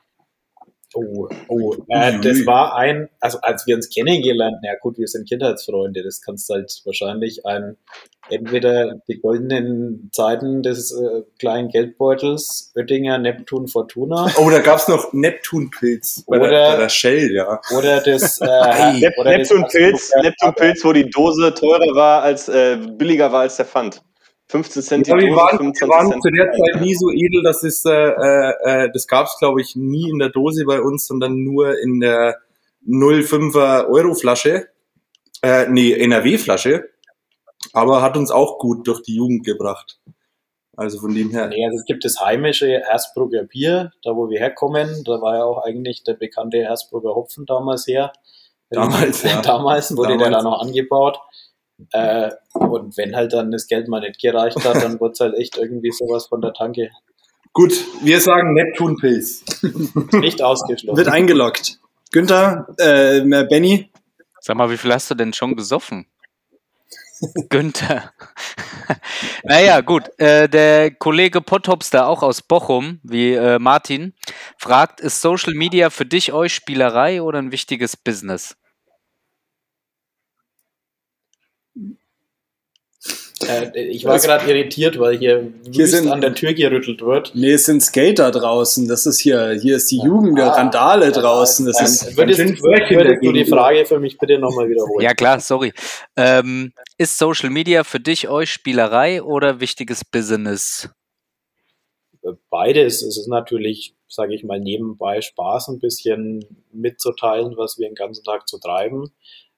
Das war also als wir uns kennengelernt, na gut, wir sind Kindheitsfreunde, das kannst halt wahrscheinlich entweder die goldenen Zeiten des kleinen Geldbeutels, Oettinger, Neptun, Fortuna, Oh, da gab's noch Neptunpilz bei der Shell, ja. oder das Neptunpilz, wo die Dose teurer war billiger war als der Pfand. 15 Cent die Ja, wir Dose, waren 25 Cent. zu der Zeit nie so edel, das gab's, glaube ich, nie in der Dose bei uns, sondern nur in der 0,5er Euro-Flasche, NRW-Flasche, aber hat uns auch gut durch die Jugend gebracht. Also von dem her. Nee, also es gibt das heimische Hersbrucker Bier, da wo wir herkommen, da war ja auch eigentlich der bekannte Hersbrucker Hopfen damals her. Damals, ja. Damals wurde der Damals. dann noch angebaut. Und wenn halt dann das Geld mal nicht gereicht hat, dann wurde es halt echt irgendwie sowas von der Tanke. Gut, wir sagen Neptunpilz. Nicht ausgeschlossen. Wird eingeloggt. Günther, Benni, Sag mal, wie viel hast du denn schon gesoffen? Günther. Naja, gut. Der Kollege Potthopster, auch aus Bochum, wie Martin, fragt, ist Social Media für dich, euch Spielerei oder ein wichtiges Business? Ich war gerade irritiert, weil hier wüst an der Tür gerüttelt wird. nee, es sind Skater draußen. Das ist hier ist die Jugend der Randale draußen. Das ist Würdest du die Frage für mich bitte nochmal wiederholen? Ja, klar, sorry. Ist Social Media für dich, euch Spielerei oder wichtiges Business? Beides. Es ist natürlich, sage ich mal, nebenbei Spaß ein bisschen mitzuteilen, was wir den ganzen Tag zu treiben.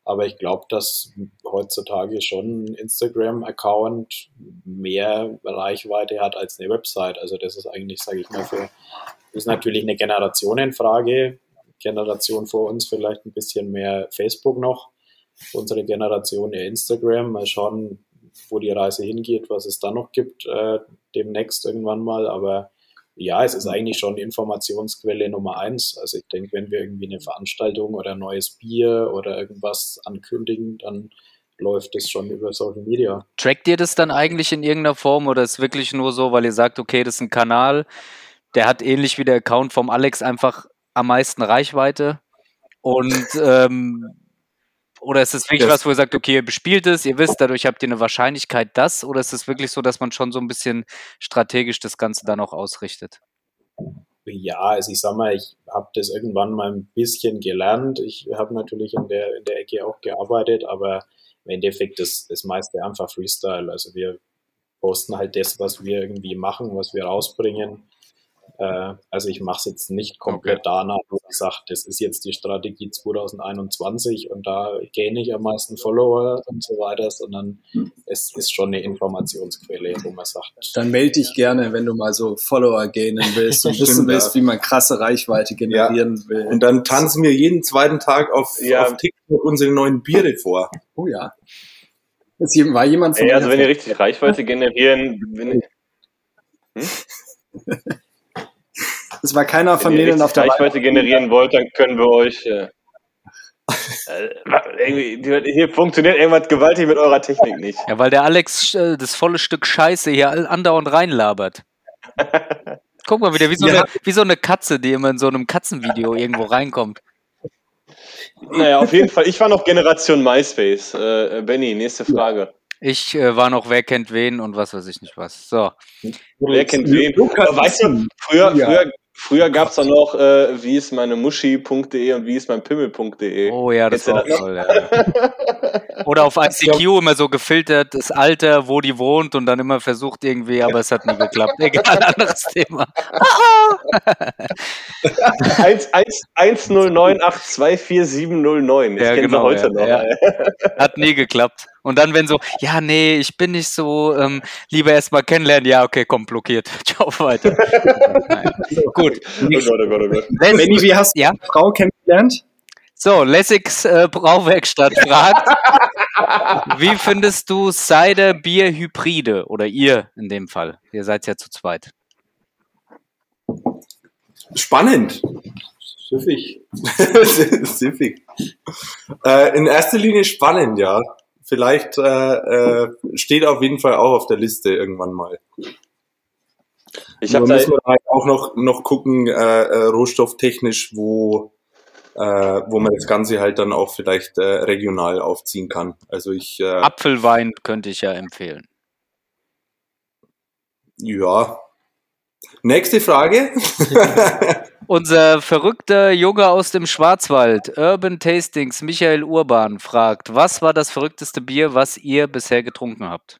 Aber ich glaube, dass heutzutage schon ein Instagram-Account mehr Reichweite hat als eine Website. Also das ist eigentlich, sage ich mal, ist natürlich eine Generationenfrage. Generation vor uns vielleicht ein bisschen mehr Facebook noch. Unsere Generation eher Instagram. Mal schauen, wo die Reise hingeht, was es da noch gibt, demnächst irgendwann mal. Aber ja, es ist eigentlich schon Informationsquelle Nummer 1. Also ich denke, wenn wir irgendwie eine Veranstaltung oder ein neues Bier oder irgendwas ankündigen, dann läuft es schon über Social Media. Trackt ihr das dann eigentlich in irgendeiner Form oder ist wirklich nur so, weil ihr sagt, okay, das ist ein Kanal, der hat ähnlich wie der Account vom Alex einfach am meisten Reichweite und oder ist es wirklich was, wo ihr sagt, okay, ihr bespielt es, ihr wisst, dadurch habt ihr eine Wahrscheinlichkeit das, oder ist es wirklich so, dass man schon so ein bisschen strategisch das Ganze dann auch ausrichtet? Ja, also ich sag mal, ich habe das irgendwann mal ein bisschen gelernt. Ich habe natürlich in der Ecke auch gearbeitet, aber im Endeffekt ist das meiste einfach Freestyle. Also wir posten halt das, was wir irgendwie machen, was wir rausbringen. Also ich mache es jetzt nicht komplett danach, wo ich sage, das ist jetzt die Strategie 2021 und da gaine ich am meisten Follower und so weiter, sondern es ist schon eine Informationsquelle, wo man sagt. Dann melde dich gerne, wenn du mal so Follower gainen willst und wissen willst, wie man krasse Reichweite generieren will. Und dann tanzen wir jeden zweiten Tag auf TikTok unsere neuen Biere vor. Oh ja. War jemand von also wenn ihr richtig Reichweite generieren, es war keiner von denen auf der Reichweite generieren wollt, dann können wir euch hier funktioniert irgendwas gewaltig mit eurer Technik nicht. Ja, weil der Alex das volle Stück Scheiße hier andauernd reinlabert. Guck mal wieder, wie so eine Katze, die immer in so einem Katzenvideo irgendwo reinkommt. Naja, auf jeden Fall. Ich war noch Generation MySpace. Benny, nächste Frage. Ich war noch Wer kennt wen und was weiß ich nicht was. So. Wer kennt wen? Weißt du, früher gab es doch noch wie ist meine Muschi.de und wie ist mein Pimmel.de. Oh ja, das war auch toll. Ja. Oder auf ICQ immer so gefiltert, das Alter, wo die wohnt und dann immer versucht irgendwie, aber es hat nie geklappt. Egal, anderes Thema. 109824709. Ja, genau, heute noch. Ja. Hat nie geklappt. Und dann, wenn so, ja, nee, ich bin nicht so, lieber erstmal kennenlernen, ja, okay, komm, blockiert. Ciao, weiter. Gut. Oh Gott. Benni, wie hast du die Frau kennengelernt? So, Lessigs Brauwerkstatt fragt, wie findest du Cider-Bier-Hybride? Oder ihr in dem Fall. Ihr seid ja zu zweit. Spannend. Süffig. Süffig. In erster Linie spannend, ja. Vielleicht steht auf jeden Fall auch auf der Liste irgendwann mal. Ich habe müssen wir halt auch noch gucken, rohstofftechnisch, wo man das Ganze halt dann auch vielleicht regional aufziehen kann. Also Apfelwein könnte ich ja empfehlen. Ja. Nächste Frage. Unser verrückter Junge aus dem Schwarzwald, Urban Tastings, Michael Urban, fragt, was war das verrückteste Bier, was ihr bisher getrunken habt?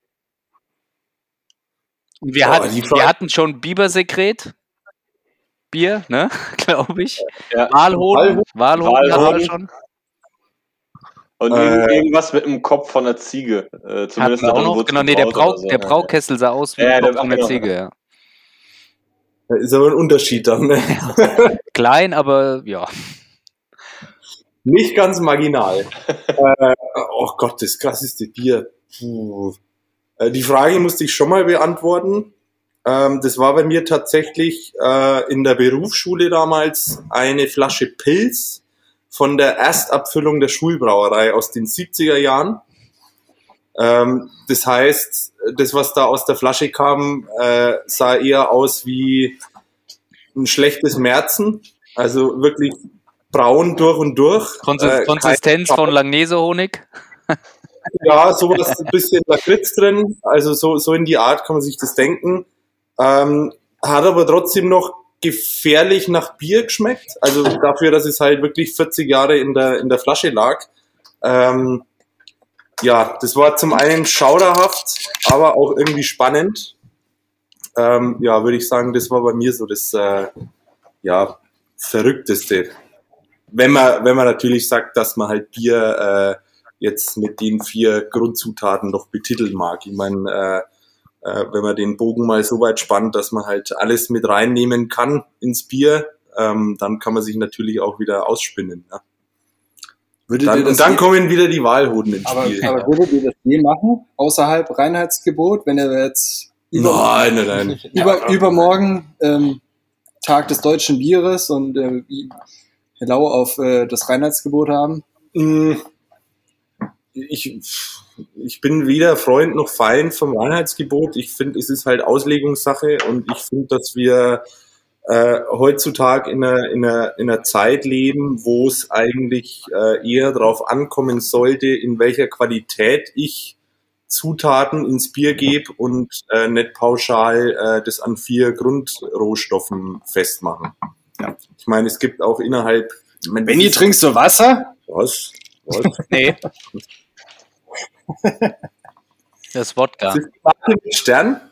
Wir hatten schon Bibersekret. Bier, ne? Glaube ich. Ja. Walhoden hatten wir schon. Und irgendwas mit dem Kopf von der Ziege. Zumindest auch noch. Genau, nee, der Braukessel sah aus wie der Kopf von der Ziege, ja. Da ist aber ein Unterschied dann, ne? Klein, aber ja. Nicht ganz marginal. Oh Gott, das krasseste Bier. Puh. Die Frage musste ich schon mal beantworten. Das war bei mir tatsächlich in der Berufsschule damals eine Flasche Pils von der Erstabfüllung der Schulbrauerei aus den 70er Jahren. Das heißt, das, was da aus der Flasche kam, sah eher aus wie ein schlechtes Märzen. Also wirklich braun durch und durch. Konsistenz von Langnese-Honig? Ja, sowas, ein bisschen Lakritz drin. Also so in die Art kann man sich das denken. Hat aber trotzdem noch gefährlich nach Bier geschmeckt. Also dafür, dass es halt wirklich 40 Jahre in der Flasche lag. Ja, das war zum einen schauderhaft, aber auch irgendwie spannend. Ja, würde ich sagen, das war bei mir so das Verrückteste. Wenn man natürlich sagt, dass man halt Bier jetzt mit den 4 Grundzutaten noch betiteln mag. Ich meine, wenn man den Bogen mal so weit spannt, dass man halt alles mit reinnehmen kann ins Bier, dann kann man sich natürlich auch wieder ausspinnen. Ja. Dann kommen wieder die Walhoden ins Spiel. Aber würdet ihr das je machen, außerhalb Reinheitsgebot, wenn ihr jetzt Nein. übermorgen Tag des deutschen Bieres und Lau auf das Reinheitsgebot haben? Ich bin weder Freund noch Feind vom Reinheitsgebot. Ich finde, es ist halt Auslegungssache und ich finde, dass wir heutzutage in einer Zeit leben, wo es eigentlich eher darauf ankommen sollte, in welcher Qualität ich Zutaten ins Bier gebe und nicht pauschal das an 4 Grundrohstoffen festmachen. Ja. Ich meine, es gibt auch innerhalb... Benni, trinkst du Wasser? Was? Nee. Das ist Wodka. Ist das mit Stern?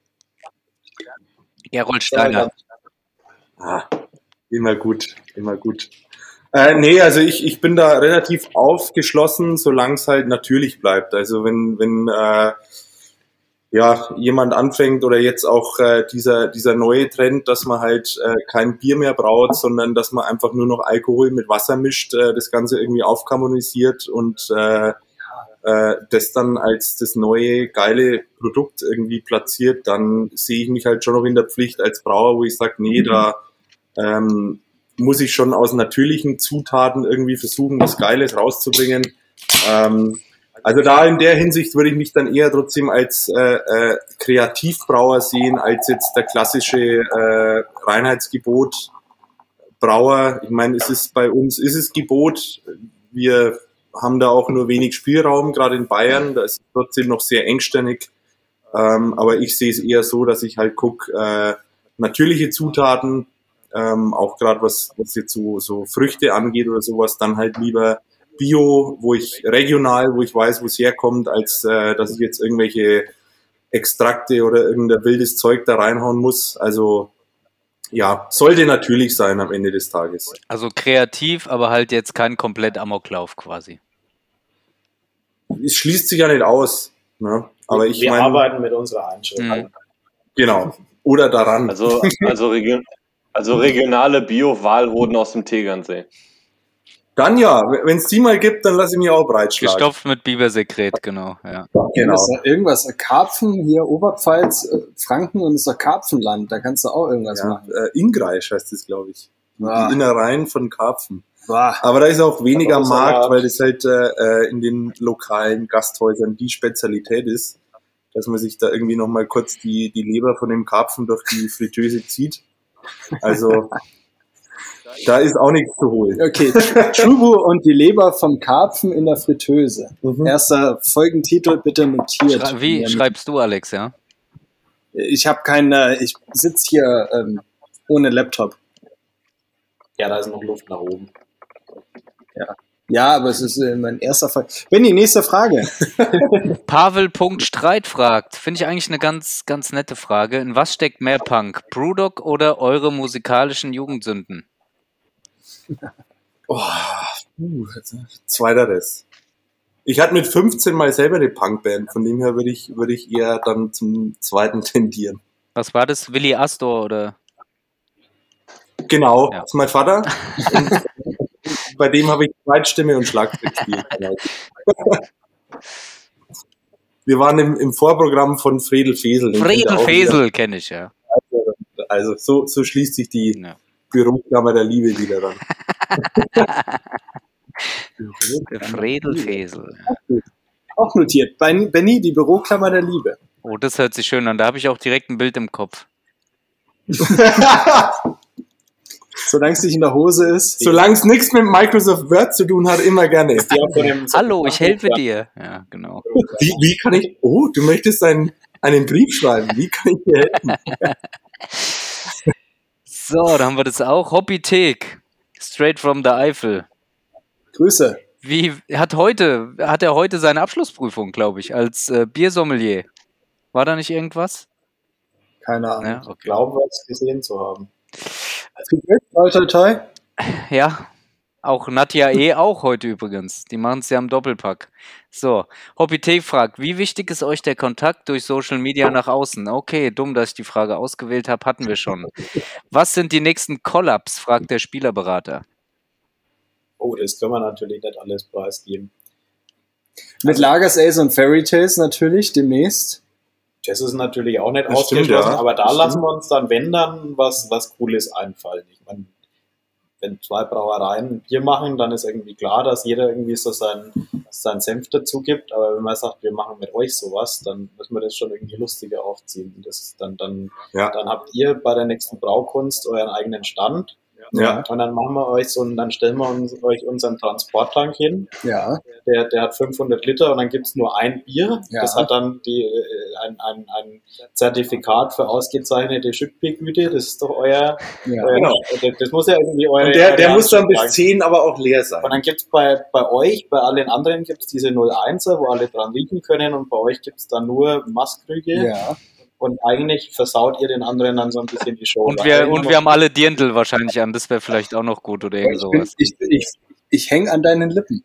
Gerold Steiner. Immer gut. Nee, also ich bin da relativ aufgeschlossen, solange es halt natürlich bleibt. Also wenn jemand anfängt oder jetzt auch dieser neue Trend, dass man halt kein Bier mehr braut, sondern dass man einfach nur noch Alkohol mit Wasser mischt, das Ganze irgendwie aufharmonisiert und das dann als das neue geile Produkt irgendwie platziert, dann sehe ich mich halt schon noch in der Pflicht als Brauer, wo ich sage, nee, da muss ich schon aus natürlichen Zutaten irgendwie versuchen, was Geiles rauszubringen. Also da in der Hinsicht würde ich mich dann eher trotzdem als Kreativbrauer sehen, als jetzt der klassische Reinheitsgebot-Brauer. Ich meine, bei uns ist es Gebot. Wir haben da auch nur wenig Spielraum, gerade in Bayern. Da ist es trotzdem noch sehr engstirnig. Aber ich sehe es eher so, dass ich halt gucke, natürliche Zutaten, auch gerade was jetzt so Früchte angeht oder sowas, dann halt lieber Bio, wo ich weiß, wo es herkommt, als dass ich jetzt irgendwelche Extrakte oder irgendein wildes Zeug da reinhauen muss. Also ja, sollte natürlich sein am Ende des Tages. Also kreativ, aber halt jetzt kein komplett Amoklauf quasi. Es schließt sich ja nicht aus. Ne? Aber wir arbeiten mit unserer Einstellung. Genau. Oder daran. Also regionale Bio-Walhoden aus dem Tegernsee. Dann ja, wenn es die mal gibt, dann lasse ich mich auch breitschlagen. Gestopft mit Bibersekret, genau. Ja. Irgendwas, Karpfen, hier Oberpfalz, Franken und ist doch Karpfenland, da kannst du auch irgendwas machen. Ingreisch heißt das, glaube ich. Wow. Die Innereien von Karpfen. Wow. Aber da ist auch weniger Markt, weil das halt in den lokalen Gasthäusern die Spezialität ist, dass man sich da irgendwie nochmal kurz die Leber von dem Karpfen durch die Fritteuse zieht. Also da ist auch nichts zu holen. Okay, Chubu und die Leber vom Karpfen in der Fritteuse. Erster Folgentitel bitte notiert. Wie schreibst du, Alex, ja? Ich sitze hier ohne Laptop. Ja, da ist noch Luft nach oben. Ja, aber es ist mein erster Fall. Benni, nächste Frage. Pavel.Streit fragt, finde ich eigentlich eine ganz, ganz nette Frage. In was steckt mehr Punk? Brewdog oder eure musikalischen Jugendsünden? Zweiteres. Ich hatte mit 15 mal selber eine Punkband, von dem her würde ich eher dann zum zweiten tendieren. Was war das? Willi Astor oder? Genau, Ja. das ist mein Vater. Und bei dem habe ich Zweitstimme und Schlagzeug gespielt. Wir waren im Vorprogramm von Fredel Fesel. Fredel Fesel kenne ich, ja. Also so schließt sich die Ja. Büroklammer der Liebe wieder dann. Fredel Fesel. Auch notiert. Benni, die Büroklammer der Liebe. Oh, das hört sich schön an. Da habe ich auch direkt ein Bild im Kopf. Solange es nicht in der Hose ist. Solange es nichts mit Microsoft Word zu tun hat, immer gerne. Hallo, ich helfe dir. Ja, genau. Wie kann ich... Oh, du möchtest einen Brief schreiben. Wie kann ich dir helfen? So, da haben wir das auch. Hobbythek. Straight from the Eifel. Grüße. Hat er heute seine Abschlussprüfung, glaube ich, als Biersommelier. War da nicht irgendwas? Keine Ahnung. Ja, Ich okay. glaube, was gesehen zu haben. Toi, toi, toi. Ja, Auch Nadja auch heute übrigens. Die machen es ja im Doppelpack. So, Hobby T fragt, wie wichtig ist euch der Kontakt durch Social Media nach außen? Okay, dumm, dass ich die Frage ausgewählt habe, hatten wir schon. Was sind die nächsten Collabs, fragt der Spielerberater. Oh, das können wir natürlich nicht alles preisgeben. Mit Lagers Ace und Fairy Tales natürlich demnächst. Das ist natürlich auch nicht Das stimmt, ausgeschlossen, ja. aber da Das lassen stimmt. wir uns dann, wenn dann, was Cooles einfallen. Ich meine, wenn zwei Brauereien ein Bier machen, dann ist irgendwie klar, dass jeder irgendwie so seinen Senf dazu gibt. Aber wenn man sagt, wir machen mit euch sowas, dann müssen wir das schon irgendwie lustiger aufziehen. Das ist dann Ja. habt ihr bei der nächsten Braukunst euren eigenen Stand. Ja. Und dann machen wir euch dann stellen wir euch unseren Transporttank hin. Ja. Der hat 500 Liter und dann gibt's nur ein Bier. Ja. Das hat dann ein Zertifikat für ausgezeichnete Schüttbiergüte. Das ist doch euer, Ja. genau. Das muss ja irgendwie eure. Und der eure muss dann bis Ansprüche 10 aber auch leer sein. und dann gibt's bei euch, bei allen anderen gibt's diese 01er, wo alle dran riechen können und bei euch gibt's dann nur Maßkrüge Ja. und eigentlich versaut ihr den anderen dann so ein bisschen die Show. Und wir haben alle Dirndl wahrscheinlich an, das wäre vielleicht auch noch gut oder irgend sowas. Ich hänge an deinen Lippen.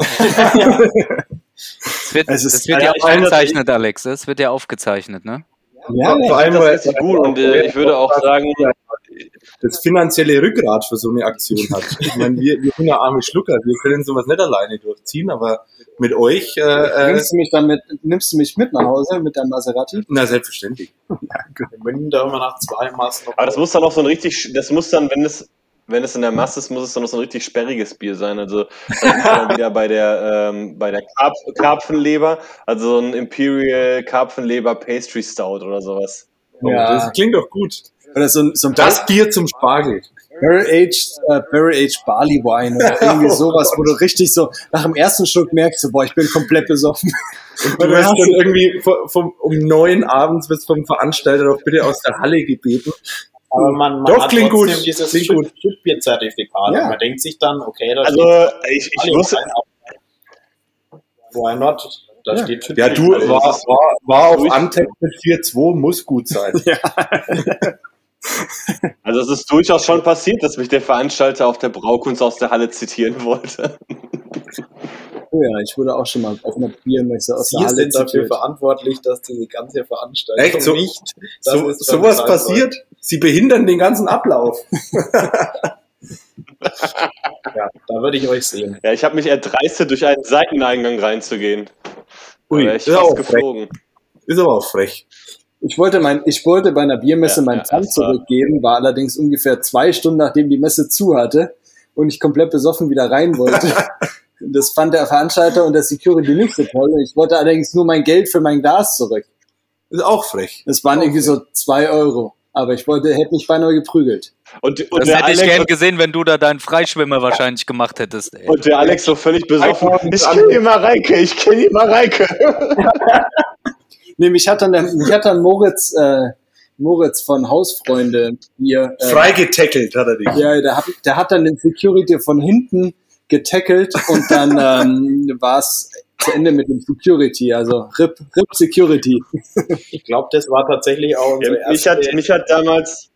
Es wird, Es ist- das wird ja aufgezeichnet, Alex. Es wird ja aufgezeichnet, ne? Ja, Vor allem, Das weil ist richtig gut und ich würde auch sagen, das finanzielle Rückgrat für so eine Aktion hat. Ich meine, wir sind ja arme Schlucker, wir können sowas nicht alleine durchziehen, aber mit euch, nimmst du mich mit nach Hause mit deinem Maserati? na selbstverständlich. in München da immer nach 2 Maß noch. aber das muss dann auch so ein richtig, das muss dann, wenn es in der Masse ist, muss es dann noch so ein richtig sperriges Bier sein. Also da sind wir dann wieder bei der Karpfenleber, also so ein Imperial Karpfenleber Pastry Stout oder sowas. Oh, Ja. das klingt doch gut. Oder so ein Das Bier zum Spargel. Barrel-Aged Barley Wine oder irgendwie sowas, wo du richtig so nach dem ersten Schluck merkst, so, boah, ich bin komplett besoffen. Und du hast dann irgendwie um 9 abends bis vom Veranstalter doch bitte aus der Halle gebeten. Aber man Doch, hat klingt trotzdem gut. dieses Klingt gut. Schüttbierzertifikat. Ja. Und man denkt sich dann, okay, da Also ich wusste, why not? Da Ja. steht Ja, du Also, war auf Antec mit 4-2, muss gut sein. also es ist durchaus schon passiert, dass mich der Veranstalter auf der Braukunst aus der Halle zitieren wollte. Oh ja, ich wurde auch schon mal auf einer Biermesse aus der Sie ist Halle denn dafür zitiert. verantwortlich, dass diese ganze Veranstaltung Echt? So- nicht das ist, was Sowas sein passiert, sie behindern den ganzen Ablauf. soll. Ja, da würde ich euch sehen. Ja, ich habe mich erdreistet, durch einen Seiteneingang reinzugehen. Ui, Da wär ich ist fast auch geflogen. Ist aber auch frech. Ich wollte bei einer Biermesse Ja, meinen ja, Pfand das war- zurückgeben, war allerdings ungefähr 2 Stunden, nachdem die Messe zu hatte und ich komplett besoffen wieder rein wollte. Das fand der Veranstalter und der Security nicht so toll. Ich wollte allerdings nur mein Geld für mein Glas zurück. Ist auch frech. Das waren irgendwie so 2 Euro. Aber ich hätte mich beinahe geprügelt. Und Das der hätte ich Alex, gern gesehen, wenn du da deinen Freischwimmer wahrscheinlich gemacht hättest. Ey. und der Alex so völlig besoffen. Einfach- Ich kenne die Mareike. Nee, mich hat dann Moritz von Hausfreunde hier, Freigetackelt hat er dich. ja, der hat dann den Security von hinten getackelt und dann war es zu Ende mit dem Security, also RIP Security. Ich glaube, das war tatsächlich auch unsere Ja, mich hat damals,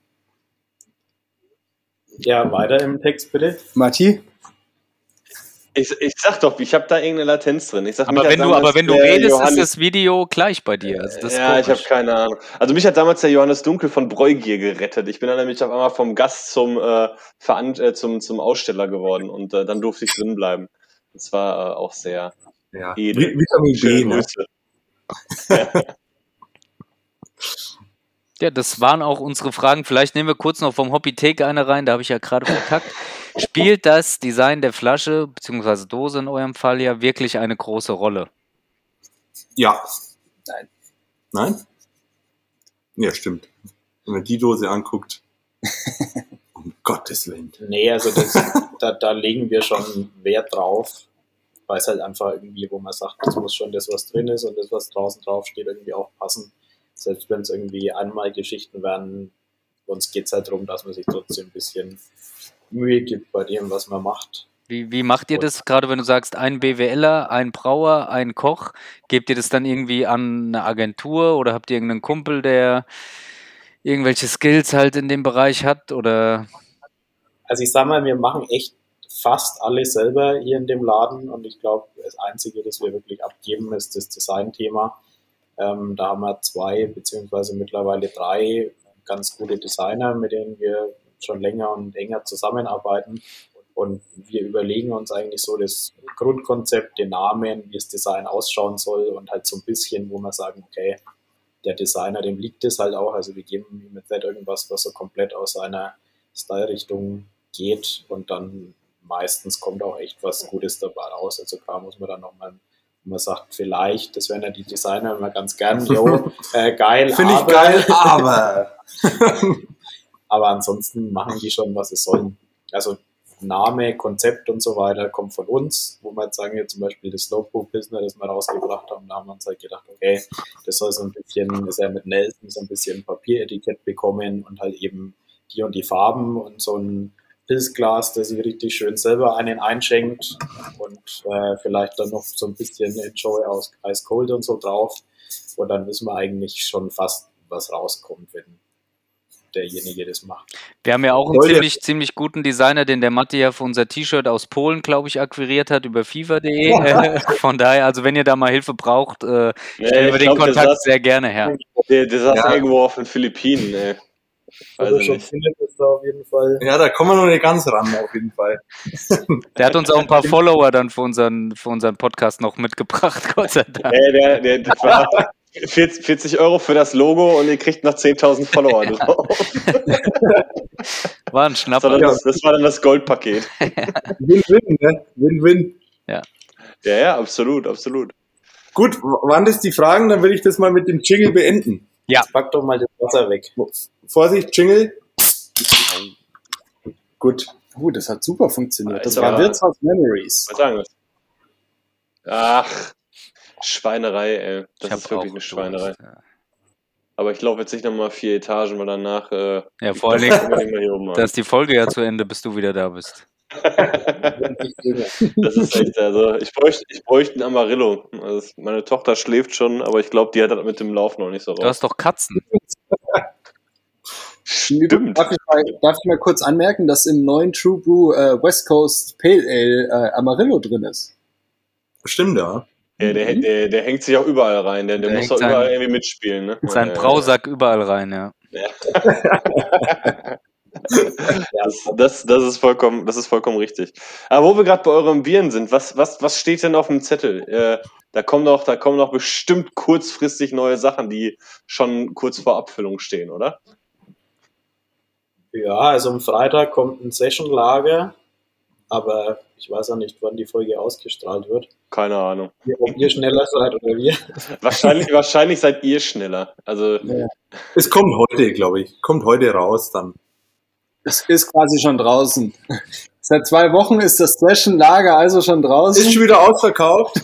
Ja, weiter im Text bitte. Marti? ich sag doch, ich habe da irgendeine Latenz drin. Ich sag, Aber mich hat damals wenn du der redest, Johannes- ist das Video gleich bei dir. Also das ist ja, ich habe komisch. keine Ahnung. Also mich hat damals der Johannes Dunkel von Bräugier gerettet. Ich bin dann nämlich auf einmal vom Gast zum Aussteller geworden und dann durfte ich drin bleiben. Das war auch sehr Ja. edel. Vitamin B, Schöne ne? Grüße. Ja, das waren auch unsere Fragen. Vielleicht nehmen wir kurz noch vom Hobbytheke eine rein, da habe ich ja gerade Kontakt. Spielt das Design der Flasche bzw. Dose in eurem Fall ja wirklich eine große Rolle? Ja. Nein. Nein? Ja, stimmt. Wenn man die Dose anguckt. Um Gottes Willen. Nee, also da legen wir schon Wert drauf, weil es halt einfach irgendwie, wo man sagt, das muss schon das, was drin ist und das, was draußen drauf steht, irgendwie auch passen. Selbst wenn es irgendwie einmal Geschichten werden, uns geht es halt darum, dass man sich trotzdem ein bisschen Mühe gibt bei dem, was man macht. Wie macht ihr das, gerade wenn du sagst, ein BWLer, ein Brauer, ein Koch? Gebt ihr das dann irgendwie an eine Agentur oder habt ihr irgendeinen Kumpel, der irgendwelche Skills halt in dem Bereich hat? Oder Also ich sag mal, wir machen echt fast alle selber hier in dem Laden und ich glaube, das Einzige, das wir wirklich abgeben, ist das Design-Thema. Da haben wir 2 beziehungsweise mittlerweile 3 ganz gute Designer, mit denen wir schon länger und enger zusammenarbeiten. Und wir überlegen uns eigentlich so das Grundkonzept, den Namen, wie das Design ausschauen soll und halt so ein bisschen, wo wir sagen, okay, der Designer, dem liegt es halt auch. Also wir geben ihm jetzt nicht irgendwas, was so komplett aus seiner Style-Richtung geht und dann meistens kommt auch echt was Gutes dabei raus. Also klar muss man dann nochmal, wenn man sagt, vielleicht, das wären ja die Designer immer ganz gern, geil, Finde ich geil, aber aber ansonsten machen die schon, was sie sollen. Also Name, Konzept und so weiter kommt von uns, wo wir jetzt sagen, hier zum Beispiel das Slowpoke-Business, das wir rausgebracht haben, da haben wir uns halt gedacht, okay, das soll so ein bisschen, ist ja mit Nelson so ein bisschen Papieretikett bekommen und halt eben die und die Farben und so ein Pilzglas, das sich richtig schön selber einen einschenkt und vielleicht dann noch so ein bisschen Enjoy aus Ice Cold und so drauf und dann wissen wir eigentlich schon fast, was rauskommt, wenn derjenige das macht. Wir haben ja auch einen ziemlich guten Designer, den der Matti ja für unser T-Shirt aus Polen, glaube ich, akquiriert hat über FIFA.de. Von daher, also wenn ihr da mal Hilfe braucht, stellen wir den Kontakt sehr gerne her. Der saß irgendwo auf den Philippinen, ey. Also schon findet es da auf jeden Fall. Ja, da kommen wir noch nicht ganz ran, auf jeden Fall. Der hat uns auch ein paar Follower dann für unseren Podcast noch mitgebracht, Gott sei Dank. Das war 40 € für das Logo und ihr kriegt noch 10.000 Follower drauf. War ein Schnapper. Das war dann das Goldpaket. Win-win, ne? Win-win. Ja, absolut. Gut, waren das die Fragen? Dann will ich das mal mit dem Jingle beenden. Ja. Jetzt pack doch mal das Wasser weg. Vorsicht, Jingle. Gut. Das hat super funktioniert. Das Alter. war Wirtshaus Memories. Was sagen wir? Ach, Schweinerei, ey. Das ist wirklich eine Schweinerei. Ja. Aber ich laufe jetzt nicht nochmal 4 Etagen, weil danach... vor allen Dingen, da ist die Folge ja zu Ende, bis du wieder da bist. Das ist echt, also ich bräuchte ein Amarillo. Also meine Tochter schläft schon, aber ich glaube, die hat das mit dem Lauf noch nicht so raus. Du hast doch Katzen. Stimmt. Darf ich mal kurz anmerken, dass im neuen True Brew West Coast Pale Ale Amarillo drin ist? Stimmt, ja. Ja, der hängt sich auch überall rein, der muss doch überall irgendwie mitspielen. Ne? Sein Brausack überall rein, ja. Das ist vollkommen richtig. Aber wo wir gerade bei euren Bieren sind, was steht denn auf dem Zettel? Da kommen doch bestimmt kurzfristig neue Sachen, die schon kurz vor Abfüllung stehen, oder? Ja, also am Freitag kommt ein Session-Lager, aber ich weiß auch nicht, wann die Folge ausgestrahlt wird. Keine Ahnung. Ob ihr schneller seid oder wir. Wahrscheinlich seid ihr schneller. Also Ja. Es kommt heute, glaube ich. Kommt heute raus dann. Es ist quasi schon draußen. Seit 2 Wochen ist das Session-Lager also schon draußen. Ist schon wieder ausverkauft.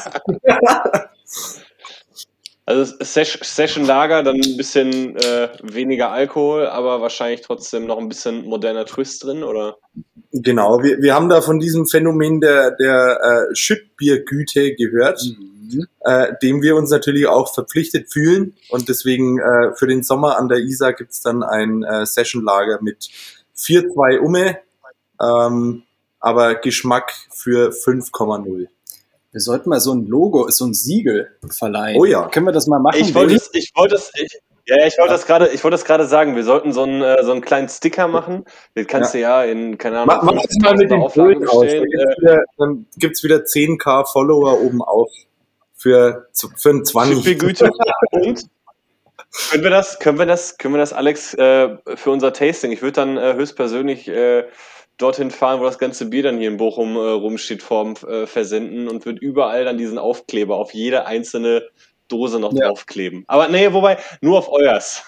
Also Session-Lager, dann ein bisschen weniger Alkohol, aber wahrscheinlich trotzdem noch ein bisschen moderner Twist drin, oder? Genau, wir haben da von diesem Phänomen der Schüttbiergüte gehört, dem wir uns natürlich auch verpflichtet fühlen. Und deswegen für den Sommer an der Isar gibt's dann ein Session-Lager mit 4,2 Umme, aber Geschmack für 5,0. Wir sollten mal so ein Logo, so ein Siegel verleihen. Oh ja. Können wir das mal machen? Ich wollte das gerade sagen. Wir sollten so einen kleinen Sticker machen. Den kannst du ja in, keine Ahnung, Mach das mal mit dem Auflagen Bild aus. bestellen. Dann gibt's wieder 10.000 Follower oben auf für ein 20. Güte. Und können wir das, Alex, für unser Tasting? Ich würde dann höchstpersönlich dorthin fahren, wo das ganze Bier dann hier in Bochum rumsteht, versenden und wird überall dann diesen Aufkleber auf jede einzelne Dose noch draufkleben. Aber nee, wobei, nur auf euers.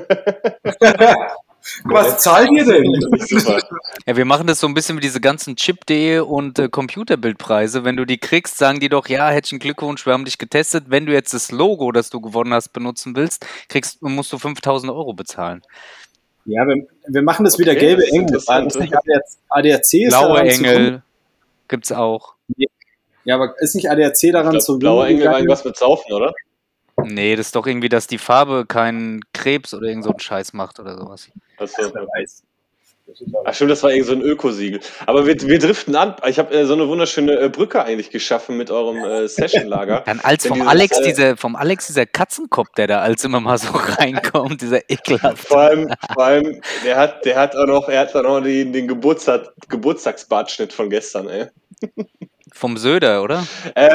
Was zahlt ihr denn? Super. Ja, wir machen das so ein bisschen wie diese ganzen Chip.de und Computerbildpreise. Wenn du die kriegst, sagen die doch, ja, herzlichen Glückwunsch, wir haben dich getestet. Wenn du jetzt das Logo, das du gewonnen hast, benutzen willst, musst du 5.000 € bezahlen. Ja, wir machen das wieder gelbe Engel. Das nicht ADAC ist Blaue Engel gibt's auch. Ja, aber ist nicht ADAC daran zu Blaue Engel war irgendwas mit Saufen, oder? Nee, das ist doch irgendwie, dass die Farbe keinen Krebs oder irgend so einen Scheiß macht oder sowas. Achso. Ach stimmt, das war irgendwie so ein Ökosiegel. Aber wir driften an. Ich habe so eine wunderschöne Brücke eigentlich geschaffen mit eurem Sessionlager. Dann als Denn vom Alex dieser Katzenkopf, der da als immer mal so reinkommt, dieser ekelhafte. Vor allem, der hat auch noch den Geburtstagsbartschnitt von gestern, ey. Vom Söder, oder?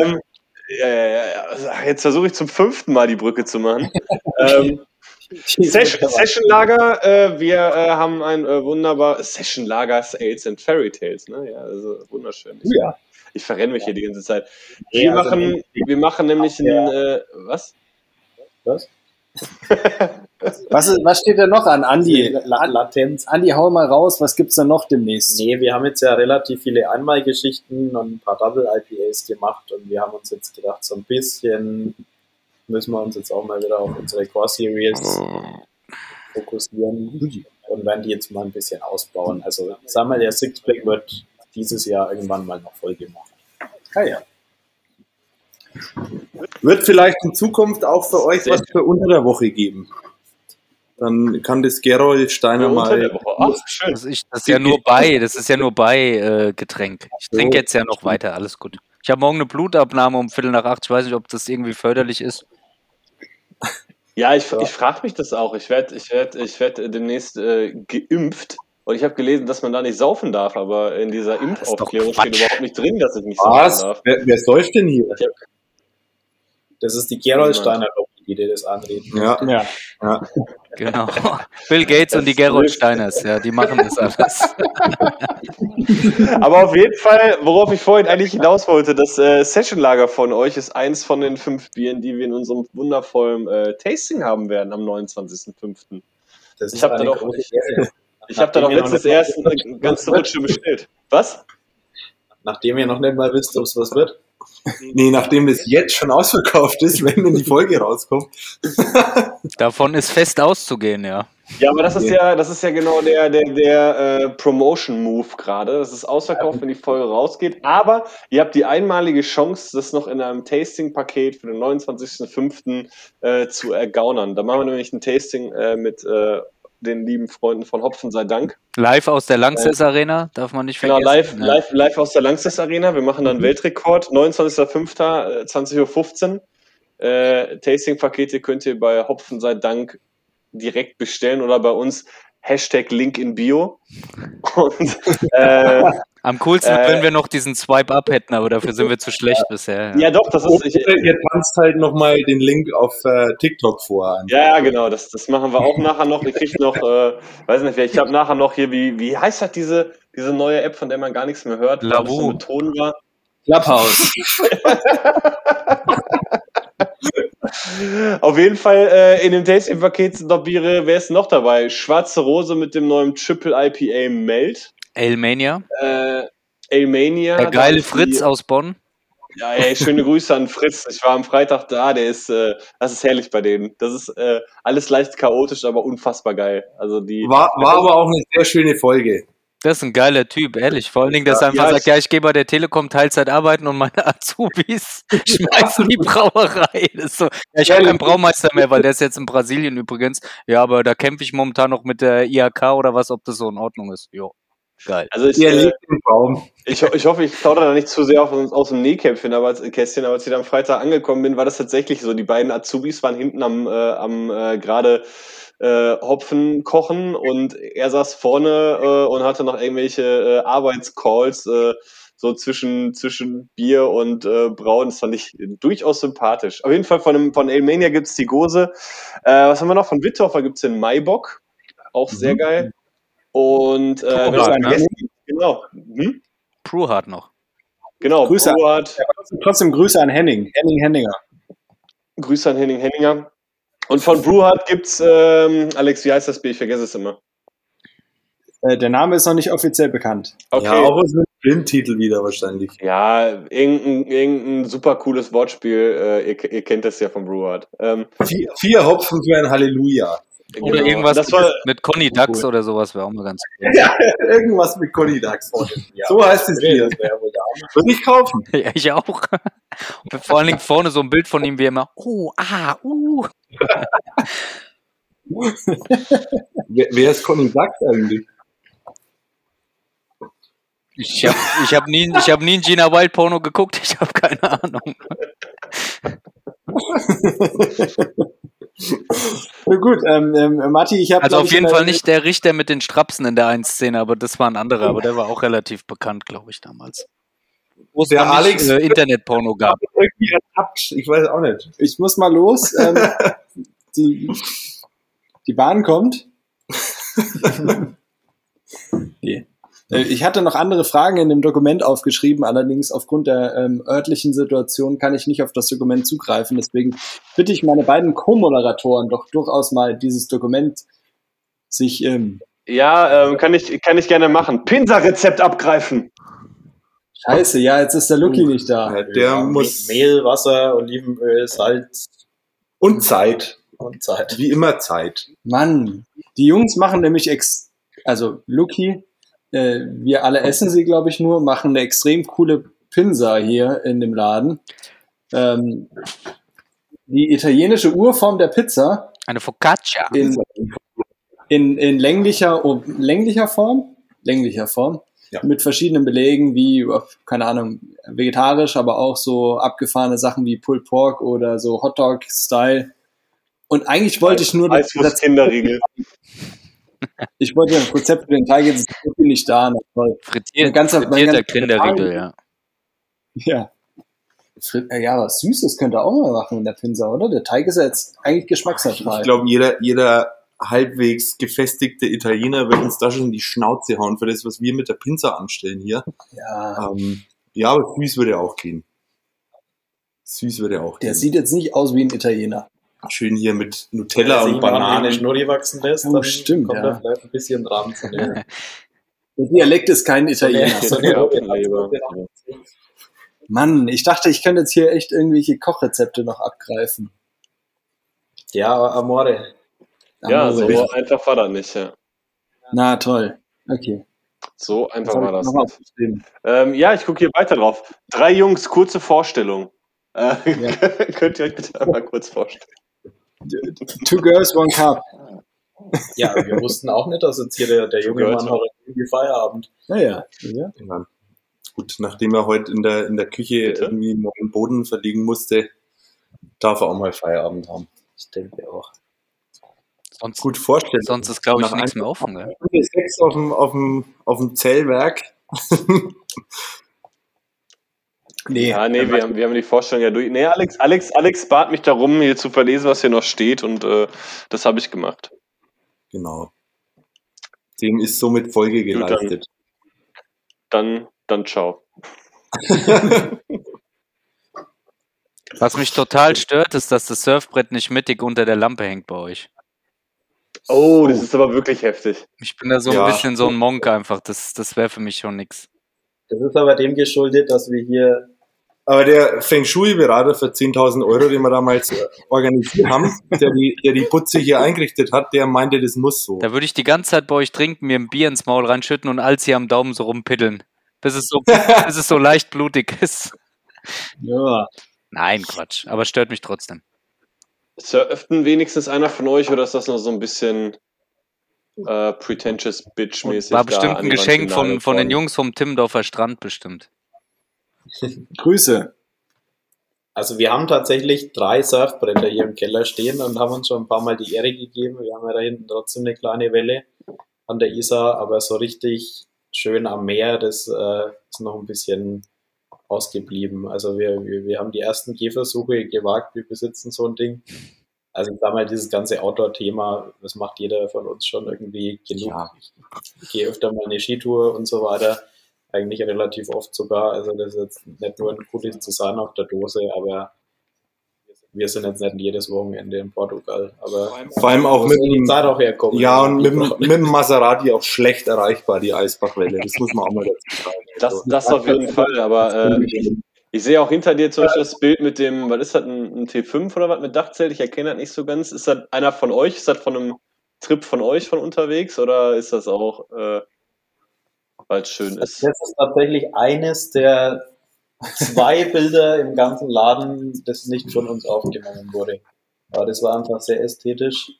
Jetzt versuche ich zum 5. Mal die Brücke zu machen. Sessionlager, wir haben ein wunderbares Sessionlager Sales and Fairy Tales, ne? Ja, also wunderschön. Ich verrenne mich hier die ganze Zeit. Wir machen nämlich ein was? Was steht denn noch an, Andi? Latenz. Andi, hau mal raus, was gibt's denn noch demnächst? Nee, wir haben jetzt ja relativ viele Einmalgeschichten und ein paar Double IPAs gemacht und wir haben uns jetzt gedacht, so ein bisschen müssen wir uns jetzt auch mal wieder auf unsere Core Series fokussieren und werden die jetzt mal ein bisschen ausbauen. Also sagen wir, der Sixpack wird dieses Jahr irgendwann mal noch voll gemacht. Ja. Wird vielleicht in Zukunft auch für euch was für unter der Woche geben. Dann kann das Gerolsteiner mal. Ach, schön. Das ist ja nur bei Getränk. Ich trinke jetzt ja noch weiter, alles gut. Ich habe morgen eine Blutabnahme um 7:45. Ich weiß nicht, ob das irgendwie förderlich ist. Ja, ich frage mich das auch. Ich werd demnächst geimpft. Und ich habe gelesen, dass man da nicht saufen darf, aber in dieser Impfaufklärung steht überhaupt nicht drin, dass ich nicht saufen darf. Wer säuft denn hier? Das ist die Gerolsteiner Lobby, die dir das anreden. Ja. Genau. Bill Gates und die Gerolsteiners, ja, die machen das alles. Aber auf jeden Fall, worauf ich vorhin eigentlich hinaus wollte, das Sessionlager von euch ist eins von den 5 Bieren, die wir in unserem wundervollen Tasting haben werden am 29.05. Ich habe da doch letztes erst eine ganze Rutsche bestellt. Was? Nachdem ihr noch nicht mal wisst, ob es was wird. Nee, nachdem das jetzt schon ausverkauft ist, wenn dann die Folge rauskommt. Davon ist fest auszugehen, ja. Ja, aber das ist ja genau der Promotion-Move gerade. Das ist ausverkauft, wenn die Folge rausgeht. Aber ihr habt die einmalige Chance, das noch in einem Tasting-Paket für den 29.05. Zu ergaunern. Da machen wir nämlich ein Tasting mit den lieben Freunden von Hopfen sei Dank. Live aus der Lanxess Arena, darf man nicht vergessen. Genau, live aus der Lanxess Arena. Wir machen dann Weltrekord, 29.05., 20.15 Uhr. Tasting-Pakete könnt ihr bei Hopfen sei Dank direkt bestellen oder bei uns #Link in Bio. Und, am coolsten, wenn wir noch diesen Swipe-Up hätten, aber dafür sind wir zu schlecht bisher. Ja, doch, das ist... Ihr tanzt halt nochmal den Link auf TikTok vor. Ja, genau, das machen wir auch nachher noch. Ich krieg noch, weiß nicht, ich habe nachher noch hier, wie heißt das, diese neue App, von der man gar nichts mehr hört? Lavu. Mit Ton war. Clubhouse. Auf jeden Fall in dem Tasting-Paket sind noch Biere. Wer ist noch dabei? Schwarze Rose mit dem neuen Triple IPA Melt. Alemania. Alemania. Der geile Fritz aus Bonn. Ja, ey, schöne Grüße an Fritz. Ich war am Freitag da. Das ist herrlich bei denen. Das ist alles leicht chaotisch, aber unfassbar geil. Also war aber auch eine sehr schöne Folge. Das ist ein geiler Typ, ehrlich. Vor allen Dingen, dass er einfach sagt, ich gehe bei der Telekom Teilzeit arbeiten und meine Azubis schmeißen die Brauerei. Das ist so. Ja, ich habe keinen Braumeister mehr, weil der ist jetzt in Brasilien übrigens. Ja, aber da kämpfe ich momentan noch mit der IHK oder was, ob das so in Ordnung ist. Jo, geil. Also ich hoffe, ich plaudere da nicht zu sehr aus dem Nähkästchen, aber als ich da am Freitag angekommen bin, war das tatsächlich so. Die beiden Azubis waren hinten am gerade Hopfen kochen und er saß vorne und hatte noch irgendwelche Arbeitscalls so zwischen Bier und Brauen. Das fand ich durchaus sympathisch. Auf jeden Fall von Alemania gibt's die Gose. Was haben wir noch? Von Wittorfer gibt's den Maibock. Auch sehr geil. Und genau. Brewhard noch. Genau, Grüße Brewhard. Trotzdem Grüße an Henning Henninger. Grüße an Henning Henninger. Und von Brewhard gibt's, Alex, wie heißt das Bier? Ich vergesse es immer. Der Name ist noch nicht offiziell bekannt. Okay. Ja, auch aus einem Filmtitel wieder wahrscheinlich. Ja, irgendein super cooles Wortspiel. Ihr kennt das ja von Brewhard. 4 Hopfen für ein Halleluja. Oder Genau. irgendwas mit Conny Dax oder sowas wäre auch mal ganz cool. Ja, irgendwas mit Conny Dax. So heißt es Bier. Würde ich kaufen. Ja, ich auch. Und vor allen Dingen vorne so ein Bild von ihm, wie immer. Wer ist Conny Dax eigentlich? Ich hab nie ein Gina Wild Porno geguckt, ich habe keine Ahnung. Na gut, Matti, ich habe Also auf jeden Fall nicht der Richter mit den Strapsen in der einen Szene, aber das war ein anderer, aber der war auch relativ bekannt, glaube ich, damals. Wo es Der noch nicht, Alex- Internetporno gab. Irgendwie ertappt. Ich weiß auch nicht. Ich muss mal los. Die Bahn kommt. Okay. Ich hatte noch andere Fragen in dem Dokument aufgeschrieben, allerdings aufgrund der örtlichen Situation kann ich nicht auf das Dokument zugreifen. Deswegen bitte ich meine beiden Co-Moderatoren doch durchaus mal dieses Dokument sich Ja, kann ich gerne machen. Pinsa-Rezept abgreifen. Scheiße, ja, jetzt ist der Lucky nicht da. Ja, der muss. Mehl, Wasser, Olivenöl, Salz Und Zeit. und Zeit. Wie immer Zeit. Mann, die Jungs machen nämlich also Lucky, wir alle essen sie, glaube ich, nur, machen eine extrem coole Pinsa hier in dem Laden. Die italienische Urform der Pizza Eine Focaccia. in länglicher Form, Ja. mit verschiedenen Belegen wie, keine Ahnung, vegetarisch, aber auch so abgefahrene Sachen wie Pulled Pork oder so Hotdog-Style. Und eigentlich wollte ich nur Kinderriegel. Ich wollte ein Rezept für den Teig, jetzt ist wirklich nicht da. Frittierter Kinderriegel, ja. Ja. Ja, was Süßes könnte er auch mal machen in der Pinsa, oder? Der Teig ist ja jetzt eigentlich geschmacksneutral. Ich glaube, jeder halbwegs gefestigte Italiener wird uns da schon in die Schnauze hauen für das, was wir mit der Pinsa anstellen hier. Ja, Ja, aber süß würde auch gehen. der sieht jetzt nicht aus wie ein Italiener. Schön hier mit Nutella und Wenn Bananen. eine Schnurri wachsen lässt, Oh, dann stimmt, kommt ja. da vielleicht ein bisschen dran. Von der, Der Dialekt ist kein Italiener. so eine Ja, Mann, ich dachte, ich könnte jetzt hier echt irgendwelche Kochrezepte noch abgreifen. ja, Amore. Ja, so Amore. einfach war das nicht, ja. Na, toll. Okay. So einfach Was war hab ich das noch nicht. aufgeschrieben? Ja, ich gucke hier weiter drauf. 3 Jungs, kurze Vorstellung. Könnt ihr euch bitte einmal kurz vorstellen? 2 Girls, 1 Cup. Ja, wir wussten auch nicht, dass jetzt hier der junge Gehört Mann so. heute irgendwie Feierabend. Ja. Ja. Gut, nachdem er heute in der Küche Bitte? irgendwie einen neuen Boden verlegen musste, darf er auch mal Feierabend haben. Ich denke auch. Gut vorstellen. Sonst ist, glaube ich, Nach nichts einer mehr offen. Gell? Stunde 6 auf dem Zellwerk. Nee. Ja, nee, wir haben die Vorstellung ja durch. Nee, Alex bat mich darum, hier zu verlesen, was hier noch steht, und das habe ich gemacht. Genau. Dem ist somit Folge Gut, geleistet. Dann ciao. Was mich total stört, ist, dass das Surfbrett nicht mittig unter der Lampe hängt bei euch. Oh, das ist aber wirklich heftig. Ich bin da so Ja. ein bisschen so ein Monk einfach. Das wäre für mich schon nix. Das ist aber dem geschuldet, dass wir hier Aber der Feng Shui-Berater für 10.000 Euro, den wir damals organisiert haben, der die Putze hier eingerichtet hat, der meinte, das muss so. Da würde ich die ganze Zeit bei euch trinken, mir ein Bier ins Maul reinschütten und als hier am Daumen so rumpiddeln. Bis es so leicht blutig ist. Ja. Nein, Quatsch. Aber stört mich trotzdem. Surft denn wenigstens einer von euch, oder ist das noch so ein bisschen pretentious bitch-mäßig? War da bestimmt an ein die Wand Geschenk genagelt von den worden? Jungs vom Timmendorfer Strand bestimmt. Grüße. Also wir haben tatsächlich 3 Surfbretter hier im Keller stehen und haben uns schon ein paar Mal die Ehre gegeben. Wir haben ja da hinten trotzdem eine kleine Welle an der Isar, aber so richtig schön am Meer, das ist noch ein bisschen ausgeblieben. Also wir haben die ersten Gehversuche gewagt, wir besitzen so ein Ding. Also ich sag mal, dieses ganze Outdoor-Thema, das macht jeder von uns schon irgendwie genug. Ja. Ich gehe öfter mal eine Skitour und so weiter. Eigentlich relativ oft sogar. Also das ist jetzt nicht nur ein cooles Design auf der Dose, aber wir sind jetzt nicht jedes Wochenende in Portugal. Aber Vor allem auch wo mit soll die dem, Zeit auch herkommen. ja, und mit dem Maserati auch schlecht erreichbar, die Eisbachwelle. Das muss man auch mal dazu sagen. Das auf jeden Fall, aber ich sehe auch hinter dir zum Beispiel das Bild mit dem, was ist das, ein T5 oder was mit Dachzelt? Ich erkenne das nicht so ganz. Ist das einer von euch? Ist das von einem Trip von euch von unterwegs, oder ist das auch, weil es schön ist? Das ist tatsächlich eines der 2 Bilder im ganzen Laden, das nicht von uns aufgenommen wurde. Aber das war einfach sehr ästhetisch.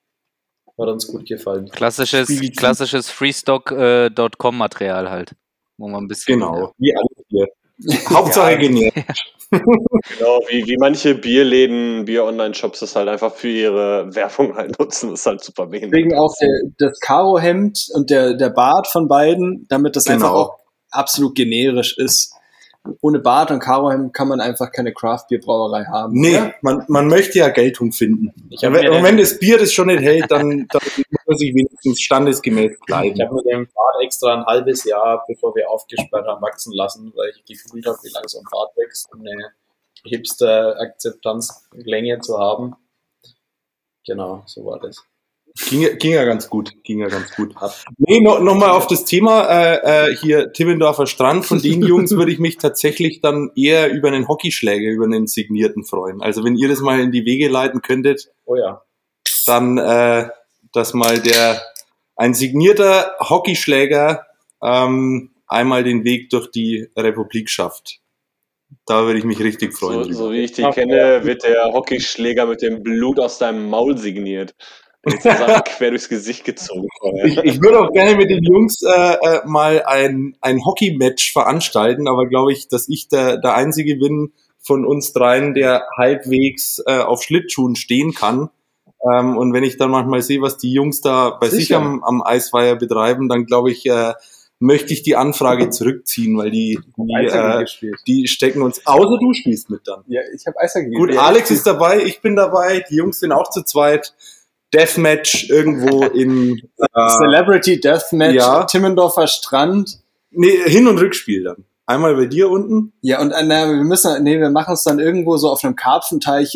Hat uns gut gefallen. Klassisches Freestock.com Material halt. wo man ein bisschen. Genau, wie alles hier. Hauptsache genährt. Genau, wie manche Bierläden, Bier-Online-Shops das halt einfach für ihre Werbung halt nutzen, ist halt super wenig. Deswegen auch das Karohemd und der Bart von beiden, damit das einfach auch absolut generisch ist. Ohne Bart und Karohemd kann man einfach keine Craft-Bier-Brauerei haben. Nee, oder? man möchte ja Geltung finden. Und wenn das Bier das schon nicht hält, dann muss man sich wenigstens standesgemäß kleiden. Ich habe mir den Bart extra ein halbes Jahr, bevor wir aufgesperrt haben, wachsen lassen, weil ich gefühlt habe, wie lange so ein Bart wächst, um eine Hipster-Akzeptanzlänge zu haben. Genau, so war das. Ging ja ganz gut. Nee, noch mal auf das Thema hier Timmendorfer Strand. Von den Jungs würde ich mich tatsächlich dann eher über einen Hockeyschläger, über einen signierten freuen. Also wenn ihr das mal in die Wege leiten könntet, Oh ja. dann dass mal ein signierter Hockeyschläger einmal den Weg durch die Republik schafft. Da würde ich mich richtig freuen. So wie ich die kenne, wird der Hockeyschläger mit dem Blut aus deinem Maul signiert. Jetzt ist er quer durchs Gesicht gezogen. Ich würde auch gerne mit den Jungs mal ein Hockey-Match veranstalten, aber glaube ich, dass ich der Einzige bin von uns dreien, der halbwegs auf Schlittschuhen stehen kann. Und wenn ich dann manchmal sehe, was die Jungs da bei sich am Eisweiher betreiben, dann glaube ich, möchte ich die Anfrage zurückziehen, weil die stecken uns, außer du spielst mit dann. Ja, ich habe Eishockey Gut, Alex ist dabei, ich bin dabei, die Jungs sind auch zu zweit. Deathmatch irgendwo in Celebrity Deathmatch, ja. Timmendorfer Strand. Nee, Hin- und Rückspiel dann. Einmal bei dir unten. Ja, und wir machen es dann irgendwo so auf einem Karpfenteich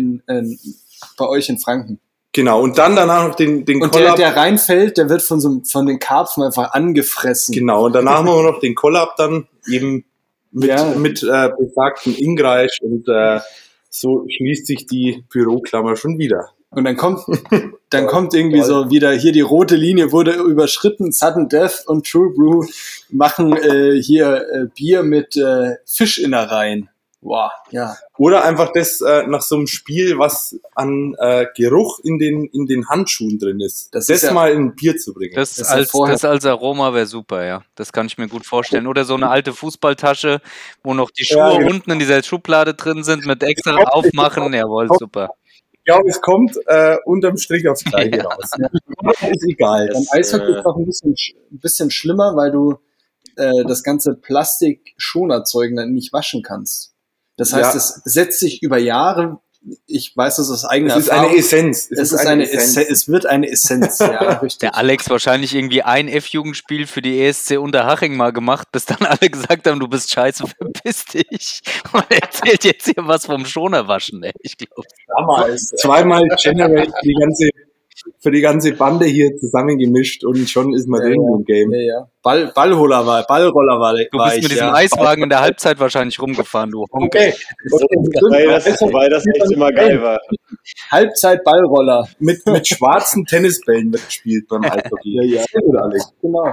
bei euch in Franken. Genau, und dann danach noch den Und Collab. der reinfällt, der wird von den Karpfen einfach angefressen. Genau, und danach machen wir noch den Collab dann eben mit besagten Ingreisch und so schließt sich die Büroklammer schon wieder. Und dann kommt irgendwie so wieder, hier die rote Linie wurde überschritten, Sudden Death und True Brew machen Bier mit Fischinnereien. Wow, ja. Oder einfach das nach so einem Spiel, was an Geruch in den Handschuhen drin ist. Das ist mal in ein Bier zu bringen. Das als Aroma wäre super, ja. Das kann ich mir gut vorstellen. Oder so eine alte Fußballtasche, wo noch die Schuhe unten in dieser Schublade drin sind, mit extra aufmachen. Jawohl, super. Ich glaube, es kommt unterm Strich aufs Gleiche raus. Ist egal. Beim Eishockey ist es noch ein bisschen schlimmer, weil du das ganze Plastik-Schonerzeug dann nicht waschen kannst. Das heißt, es setzt sich über Jahre, ich weiß das aus eigener Erfahrung. Es ist eine Essenz. Es wird eine Essenz, ja, richtig. Der Alex wahrscheinlich irgendwie ein F-Jugendspiel für die ESC Unterhaching mal gemacht, bis dann alle gesagt haben, du bist scheiße, verpiss dich. Und er erzählt jetzt hier was vom Schonerwaschen, ey. Ich glaube. Zweimal Generate für die ganze Bande hier zusammengemischt und schon ist man drin im Game. Ja. Ballroller war Du bist mit diesem Eiswagen in der Halbzeit wahrscheinlich rumgefahren, du. Okay. Weil das echt immer geil war. Halbzeit Ballroller. Mit schwarzen Tennisbällen wird gespielt beim Eishockey. Ja. Oder Alex? Genau.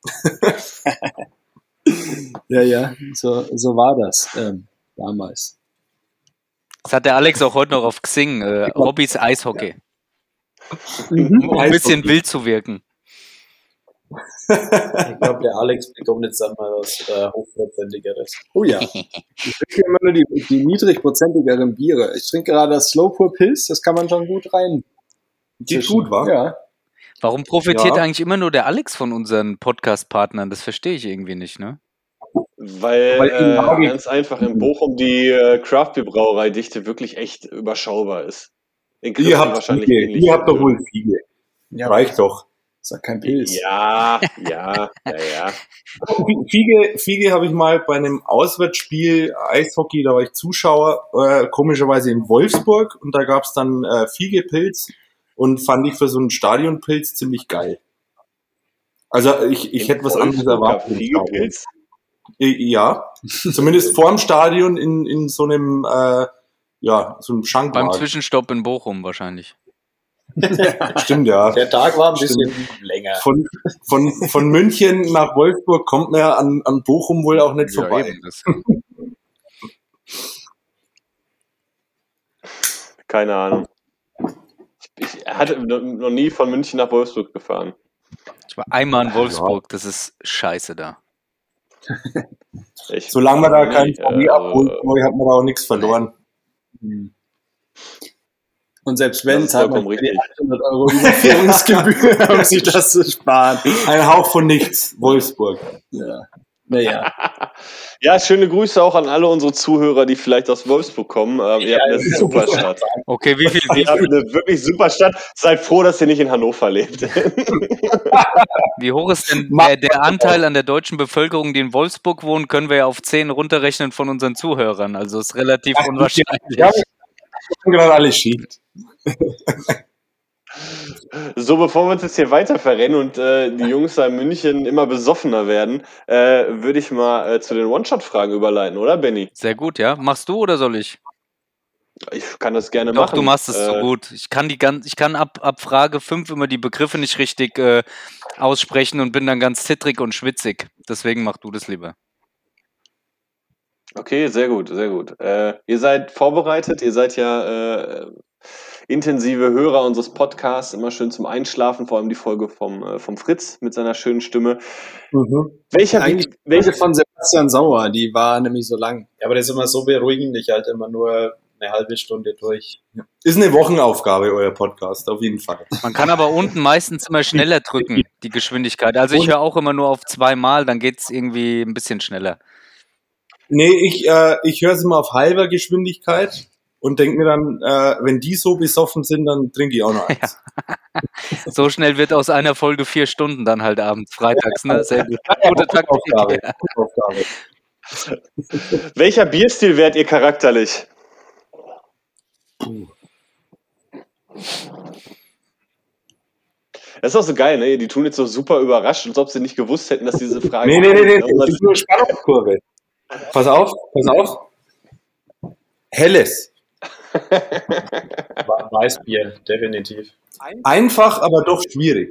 Ja. So war das damals. Das hat der Alex auch heute noch auf Xing. Hobbys Eishockey. Um ein bisschen wild zu wirken. Ich glaube, der Alex bekommt jetzt dann mal was Hochprozentigeres. Oh ja. Ich trinke immer nur die niedrigprozentigeren Biere. Ich trinke gerade das Slowpour Pilz, das kann man schon gut rein. Geht gut, wa? Ja. Warum profitiert eigentlich immer nur der Alex von unseren Podcast-Partnern? Das verstehe ich irgendwie nicht, ne? Weil ganz einfach in Bochum die Craft-Bier-Brauereidichte wirklich echt überschaubar ist. Ihr habt doch wohl Fiege. Ja, reicht doch. Ist doch kein Pilz. Ja. Fiege habe ich mal bei einem Auswärtsspiel Eishockey, da war ich Zuschauer, komischerweise in Wolfsburg und da gab es dann Fiege-Pilz und fand ich für so einen Stadionpilz ziemlich geil. Also ich hätte was anderes erwartet. Fiege-Pilz? Ja, zumindest vorm Stadion in so einem so einem Schankwagen. Beim Zwischenstopp in Bochum wahrscheinlich. Stimmt, ja. Der Tag war ein bisschen länger. Von München nach Wolfsburg kommt man ja an Bochum wohl auch nicht vorbei. Keine Ahnung. Ich hatte noch nie von München nach Wolfsburg gefahren. Ich war einmal in Wolfsburg, das ist scheiße da. Solange man da keinen VW abholt, hat man da auch nichts verloren. Und selbst wenn, Das ist zahlt man vollkommen für die richtig. 800 Euro Überführungsgebühr, um sich das zu sparen. Ein Hauch von nichts, Wolfsburg. Ja. Naja. Ja, schöne Grüße auch an alle unsere Zuhörer, die vielleicht aus Wolfsburg kommen. Ihr habt eine super Stadt. Okay, wie viel? Ihr habt eine wirklich super Stadt. Seid froh, dass ihr nicht in Hannover lebt. Wie hoch ist denn der Anteil an der deutschen Bevölkerung, die in Wolfsburg wohnt, können wir ja auf 10 runterrechnen von unseren Zuhörern. Also ist relativ unwahrscheinlich. Ja, gerade alles schiebt. So, bevor wir uns jetzt hier weiter verrennen und die Jungs da in München immer besoffener werden, würde ich mal zu den One-Shot-Fragen überleiten, oder, Benny? Sehr gut, ja. Machst du oder soll ich? Ich kann das gerne Doch, machen. du machst es so gut. Ich kann ab Frage 5 immer die Begriffe nicht richtig aussprechen und bin dann ganz zittrig und schwitzig. Deswegen mach du das lieber. Okay, sehr gut, sehr gut. Ihr seid vorbereitet, ihr seid ja intensive Hörer unseres Podcasts, immer schön zum Einschlafen, vor allem die Folge vom Fritz mit seiner schönen Stimme. Welche von Sebastian Sauer, die war nämlich so lang. Ja, aber das ist immer so beruhigend, ich halte immer nur eine halbe Stunde durch. Ist eine Wochenaufgabe, euer Podcast, auf jeden Fall. Man kann aber unten meistens immer schneller drücken, die Geschwindigkeit. Also ich höre auch immer nur auf 2-mal, dann geht es irgendwie ein bisschen schneller. Nee, ich höre es immer auf halber Geschwindigkeit und denke mir dann, wenn die so besoffen sind, dann trinke ich auch noch eins. So schnell wird aus einer Folge 4 Stunden dann halt abends, freitags, ne? Sehr gut. Gute Aufgabe. Taktik. Aufgabe. Welcher Bierstil wärt ihr charakterlich? Das ist auch so geil, ne? Die tun jetzt so super überrascht, als ob sie nicht gewusst hätten, dass diese Frage. Nee, das ist nur Spannungskurve. Pass auf. Helles. Weißbier, definitiv. Einfach, aber doch schwierig.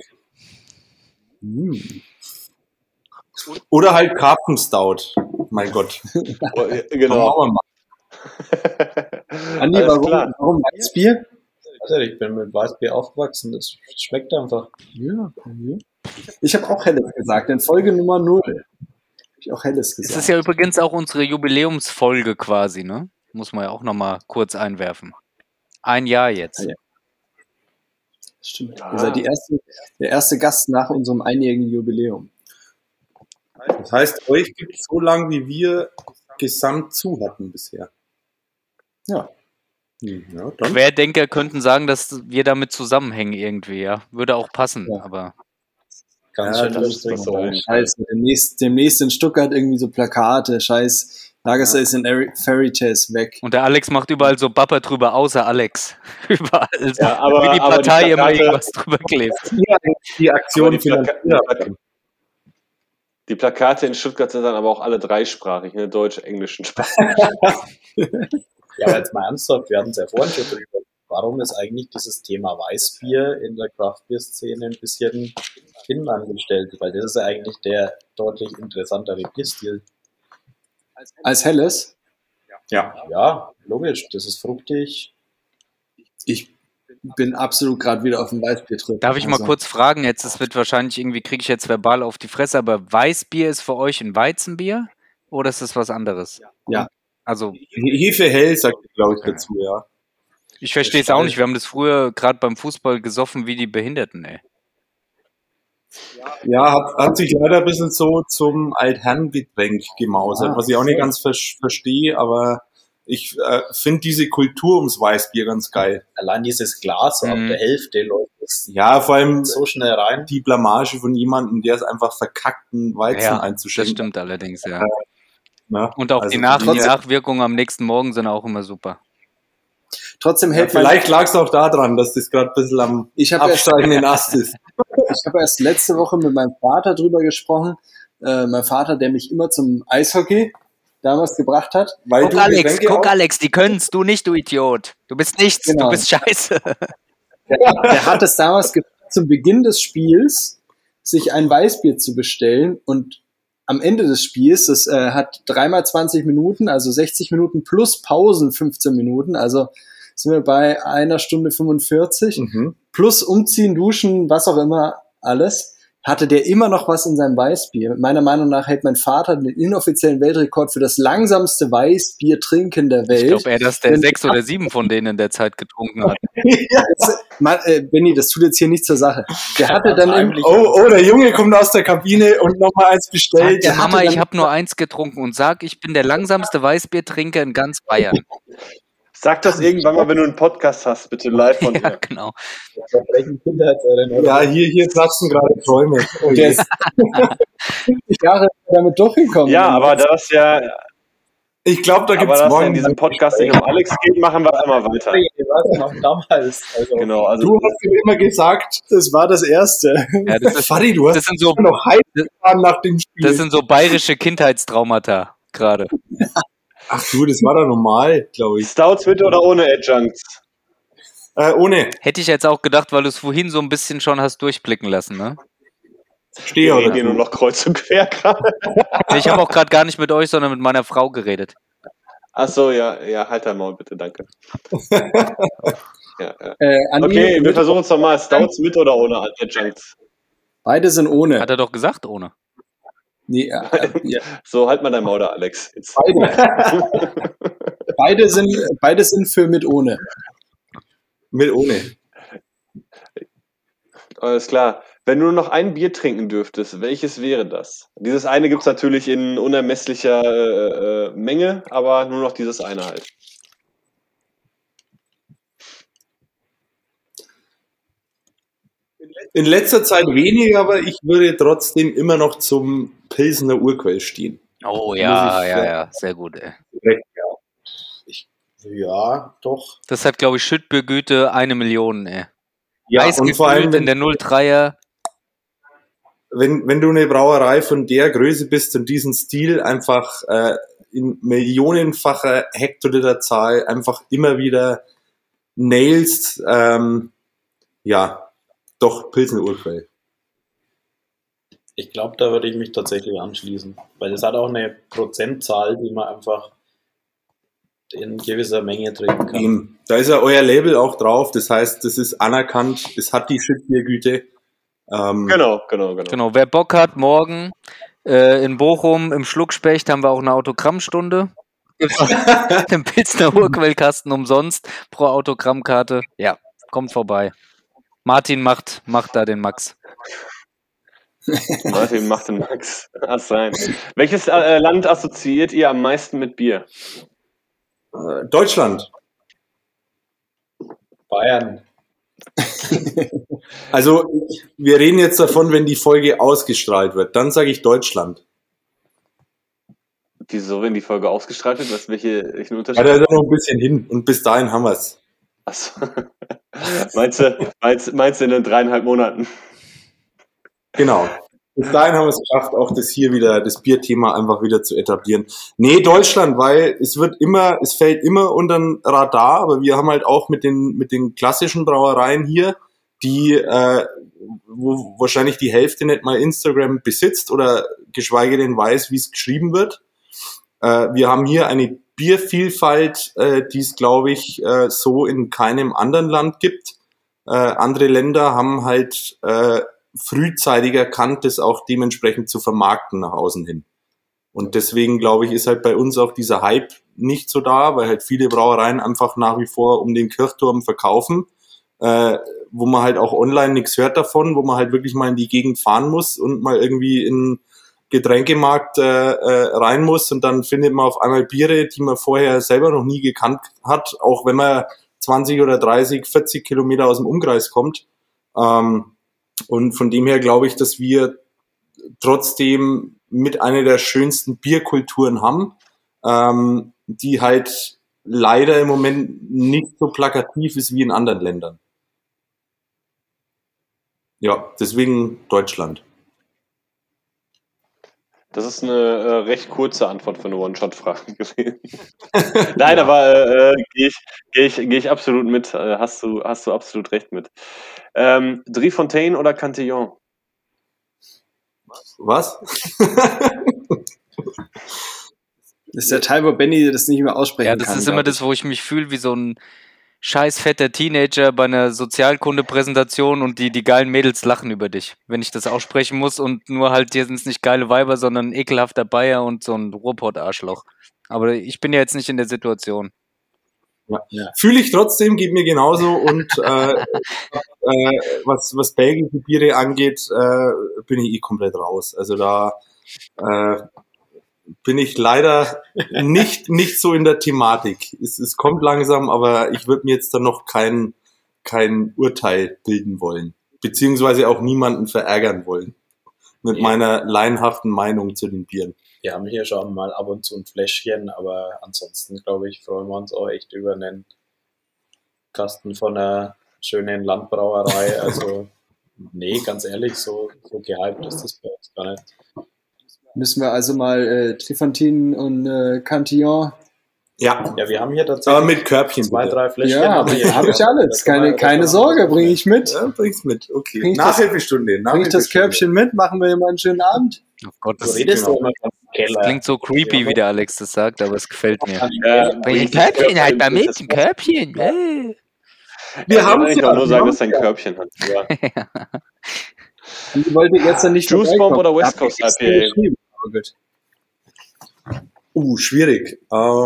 Oder halt Karpfenstout. Mein Gott. Genau. Machen wir mal. Andi, Alles klar. warum Weißbier? Also ich bin mit Weißbier aufgewachsen, das schmeckt einfach. Ja. Ich habe auch Helles gesagt, in Folge Nummer 0. Habe ich auch Helles Es gesagt. ist ja übrigens auch unsere Jubiläumsfolge quasi, ne? Muss man ja auch nochmal kurz einwerfen. 1 Jahr jetzt. Ja. Stimmt. Ihr seid der erste Gast nach unserem einjährigen Jubiläum. Das heißt, euch gibt es so lange, wie wir gesamt zu hatten bisher. Ja. Ja, dann. Querdenker könnten sagen, dass wir damit zusammenhängen irgendwie, ja. Würde auch passen, Ja. aber Ganz Ja, schön das ist lustig. so ein- Scheiße, demnächst in Stuttgart irgendwie so Plakate, scheiß Lagerstays in Fairy Tales weg. und der Alex macht überall so Bapper drüber, außer Alex. Überall. Ja, aber- wie die aber die Partei immer Plakate- irgendwas drüber klebt. Die Aktion Aber die finanziert. Die Plakate in Stuttgart sind dann aber auch alle dreisprachig, ne? Deutsch, Englisch und Spanisch. Ja, aber jetzt mal ernsthaft, wir hatten es ja vorhin schon drüber. Warum ist eigentlich dieses Thema Weißbier in der Craft-Bier-Szene ein bisschen hinten angestellt? Weil das ist ja eigentlich der deutlich interessantere Bierstil. Als Helles? Ja. Ja, logisch, das ist fruchtig. Ich bin absolut gerade wieder auf dem Weißbier-Trip. Darf ich mal Also, kurz fragen, jetzt, es wird wahrscheinlich irgendwie, kriege ich jetzt verbal auf die Fresse, aber Weißbier ist für euch ein Weizenbier oder ist das was anderes? Ja. Also, Hefe hell, sagt ihr, glaube ich, dazu, ja. ich verstehe es auch nicht. Wir haben das früher gerade beim Fußball gesoffen wie die Behinderten, ey. Ja, hat sich leider ein bisschen so zum Altherrengetränk gemausert, was ich auch nicht ganz verstehe, aber ich finde diese Kultur ums Weißbier ganz geil. Allein dieses Glas so ab der Hälfte läuft es Ja, vor allem so schnell rein. die Blamage von jemandem, der es einfach verkackt, einen Weizen Ja, das einzuschenken. stimmt allerdings, ja. Ne? Und auch Also die trotzdem- Nachwirkungen am nächsten Morgen sind auch immer super. Trotzdem Ja, hält vielleicht lag es auch daran, dass das gerade ein bisschen am Ich habe erst, absteigenden Ast ist. erst letzte Woche mit meinem Vater drüber gesprochen. Mein Vater, der mich immer zum Eishockey damals gebracht hat. Weil du Getränke auch- Alex, die können's, du nicht, du Idiot. Du bist nichts, Genau. du bist scheiße. Der hat es damals zum Beginn des Spiels, sich ein Weißbier zu bestellen und am Ende des Spiels, das hat 3x 20 Minuten, also 60 Minuten plus Pausen 15 Minuten, also sind wir bei 1 Stunde 45, Mhm. plus Umziehen, Duschen, was auch immer, alles. hatte der immer noch was in seinem Weißbier. Meiner Meinung nach hält mein Vater den inoffiziellen Weltrekord für das langsamste Weißbier trinken der Welt. Ich glaube eher, dass der 6 oder 7 von denen in der Zeit getrunken hat. Benni, das tut jetzt hier nicht zur Sache. Der hatte dann der Junge kommt aus der Kabine und nochmal eins bestellt. Der Mama, ich habe nur 1 getrunken und sag, ich bin der langsamste Weißbiertrinker in ganz Bayern. Sag das irgendwann mal, wenn du einen Podcast hast, bitte live von dir. Ja, genau. Ja, hier platzen gerade Träume. Oh Der je. ist 50 Jahre damit durchgekommen. Ja, aber das ja, Ich glaube, da aber gibt's das ja in morgen. diesem Podcast nicht um Alex geht, machen wir einmal weiter. Wir waren noch damals. Also, Genau, also Du hast ihm immer gesagt, Das war das Erste. Ja, das, ist, Fadi, du hast das, sind so, noch heiß gefahren nach dem Spiel. das sind so bayerische Kindheitstraumata gerade. Ach du, das war doch normal, glaube ich. Stouts mit oder ohne Adjuncts? Ohne Hätte ich jetzt auch gedacht, weil du es vorhin so ein bisschen schon hast durchblicken lassen, ne? Steher Wir reden oder hier nur noch kreuz und quer gerade. Ich habe auch gerade gar nicht mit euch, sondern mit meiner Frau geredet. Achso, ja, halt dein Maul bitte, danke. Ja. Andi, Okay, wir versuchen es nochmal. Stouts mit oder ohne Adjuncts? beide sind ohne. Hat er doch gesagt, ohne. Nee, ja. So, halt mal dein Maul da, Alex. Jetzt. Beide sind für mit ohne. mit ohne. Alles klar. Wenn du nur noch ein Bier trinken dürftest, welches wäre das? Dieses eine gibt es natürlich in unermesslicher Menge, aber nur noch dieses eine halt. In letzter Zeit weniger, aber ich würde trotzdem immer noch zum Pilsener Urquell stehen. Oh ja, sehr gut, ey. ja, doch. Das hat, glaube ich, Schüttbiergüte 1 Million, ey. Ja, und vor allem, in der 03er. wenn du eine Brauerei von der Größe bist und diesen Stil einfach in millionenfacher Hektoliterzahl einfach immer wieder nailst, ja, doch Pilsener Urquell. Ich glaube, da würde ich mich tatsächlich anschließen. Weil es hat auch eine Prozentzahl, die man einfach in gewisser Menge trinken kann. Eben. Da ist ja euer Label auch drauf, das heißt, das ist anerkannt, es hat die Schüttbiergüte. Genau. Genau, wer Bock hat, morgen in Bochum im Schluckspecht haben wir auch eine Autogrammstunde. Im Pilsner Urquellkasten umsonst pro Autogrammkarte. Ja, kommt vorbei. Martin macht da den Max. Martin macht den Max. Ach sein. Welches Land assoziiert ihr am meisten mit Bier? Deutschland. Bayern. Also, wir reden jetzt davon, wenn die Folge ausgestrahlt wird. Dann sage ich Deutschland. Wieso, wenn die Folge ausgestrahlt wird? Welchen Ja, Unterschied? da ist noch ein bisschen hin und bis dahin haben wir es. Achso. Meinst du in den 3,5 Monaten? Genau. Bis dahin haben wir es geschafft, auch das Bierthema einfach wieder zu etablieren. Nee, Deutschland, weil es fällt immer unter den Radar, aber wir haben halt auch mit den klassischen Brauereien hier, die, wo wahrscheinlich die Hälfte nicht mal Instagram besitzt oder geschweige denn weiß, wie es geschrieben wird. Wir haben hier eine Biervielfalt, die es, glaube ich, so in keinem anderen Land gibt. Andere Länder haben halt frühzeitig erkannt, das auch dementsprechend zu vermarkten nach außen hin. Und deswegen, glaube ich, ist halt bei uns auch dieser Hype nicht so da, weil halt viele Brauereien einfach nach wie vor um den Kirchturm verkaufen, wo man halt auch online nichts hört davon, wo man halt wirklich mal in die Gegend fahren muss und mal irgendwie in Getränkemarkt rein muss und dann findet man auf einmal Biere, die man vorher selber noch nie gekannt hat, auch wenn man 20 oder 30, 40 Kilometer aus dem Umkreis kommt. Und von dem her glaube ich, dass wir trotzdem mit einer der schönsten Bierkulturen haben, die halt leider im Moment nicht so plakativ ist wie in anderen Ländern. Ja, deswegen Deutschland. Das ist eine recht kurze Antwort für eine One-Shot-Frage gewesen. Nein, aber gehe ich absolut mit. Hast du absolut recht mit. Driefontaine oder Cantillon? Was? Das ist der Teil, wo Benny das nicht mehr aussprechen Ja, kann. das ist immer das, wo ich mich fühle wie so ein scheiß fetter Teenager bei einer Sozialkunde-Präsentation und die geilen Mädels lachen über dich, wenn ich das aussprechen muss und nur halt, hier sind es nicht geile Weiber, sondern ein ekelhafter Bayer und so ein Ruhrpott-Arschloch. Aber ich bin ja jetzt nicht in der Situation. Ja. Fühle ich trotzdem, geht mir genauso und was belgische Biere angeht, bin ich komplett raus. Also da bin ich leider nicht so in der Thematik. Es kommt langsam, aber ich würde mir jetzt dann noch kein Urteil bilden wollen. Beziehungsweise auch niemanden verärgern wollen. Mit meiner laienhaften Meinung zu den Bieren. Wir haben hier schon mal ab und zu ein Fläschchen, aber ansonsten, glaube ich, freuen wir uns auch echt über einen Kasten von einer schönen Landbrauerei. Also, nee, ganz ehrlich, so gehypt ist das bei uns gar nicht. Müssen wir also mal Trefontin und Cantillon. Ja, Ja, wir haben hier tatsächlich aber mit Körbchen 2, bitte. 3 Fläschchen. Ja, haben wir hier habe ich stehen. alles. Da kann man- Keine Sorge, bringe ich mit. Ja, bring's mit. Okay. Bring ich das- Nachhilfestunde. Bring ich das Körbchen mit, machen wir immer einen schönen Abend. Oh Gott, Du das redest doch immer vom Keller. klingt so creepy, wie der Alex das sagt, aber es gefällt mir. Bring Ein Körbchen halt mal mit, ein Körbchen. Wir haben Ich auch nur sagen, dass er ein Körbchen hat. Ja. Die wollte gestern nicht Juice Bomb vorbeikommen. oder West Hab ich Coast extra IPA? geschrieben, aber gut. Schwierig.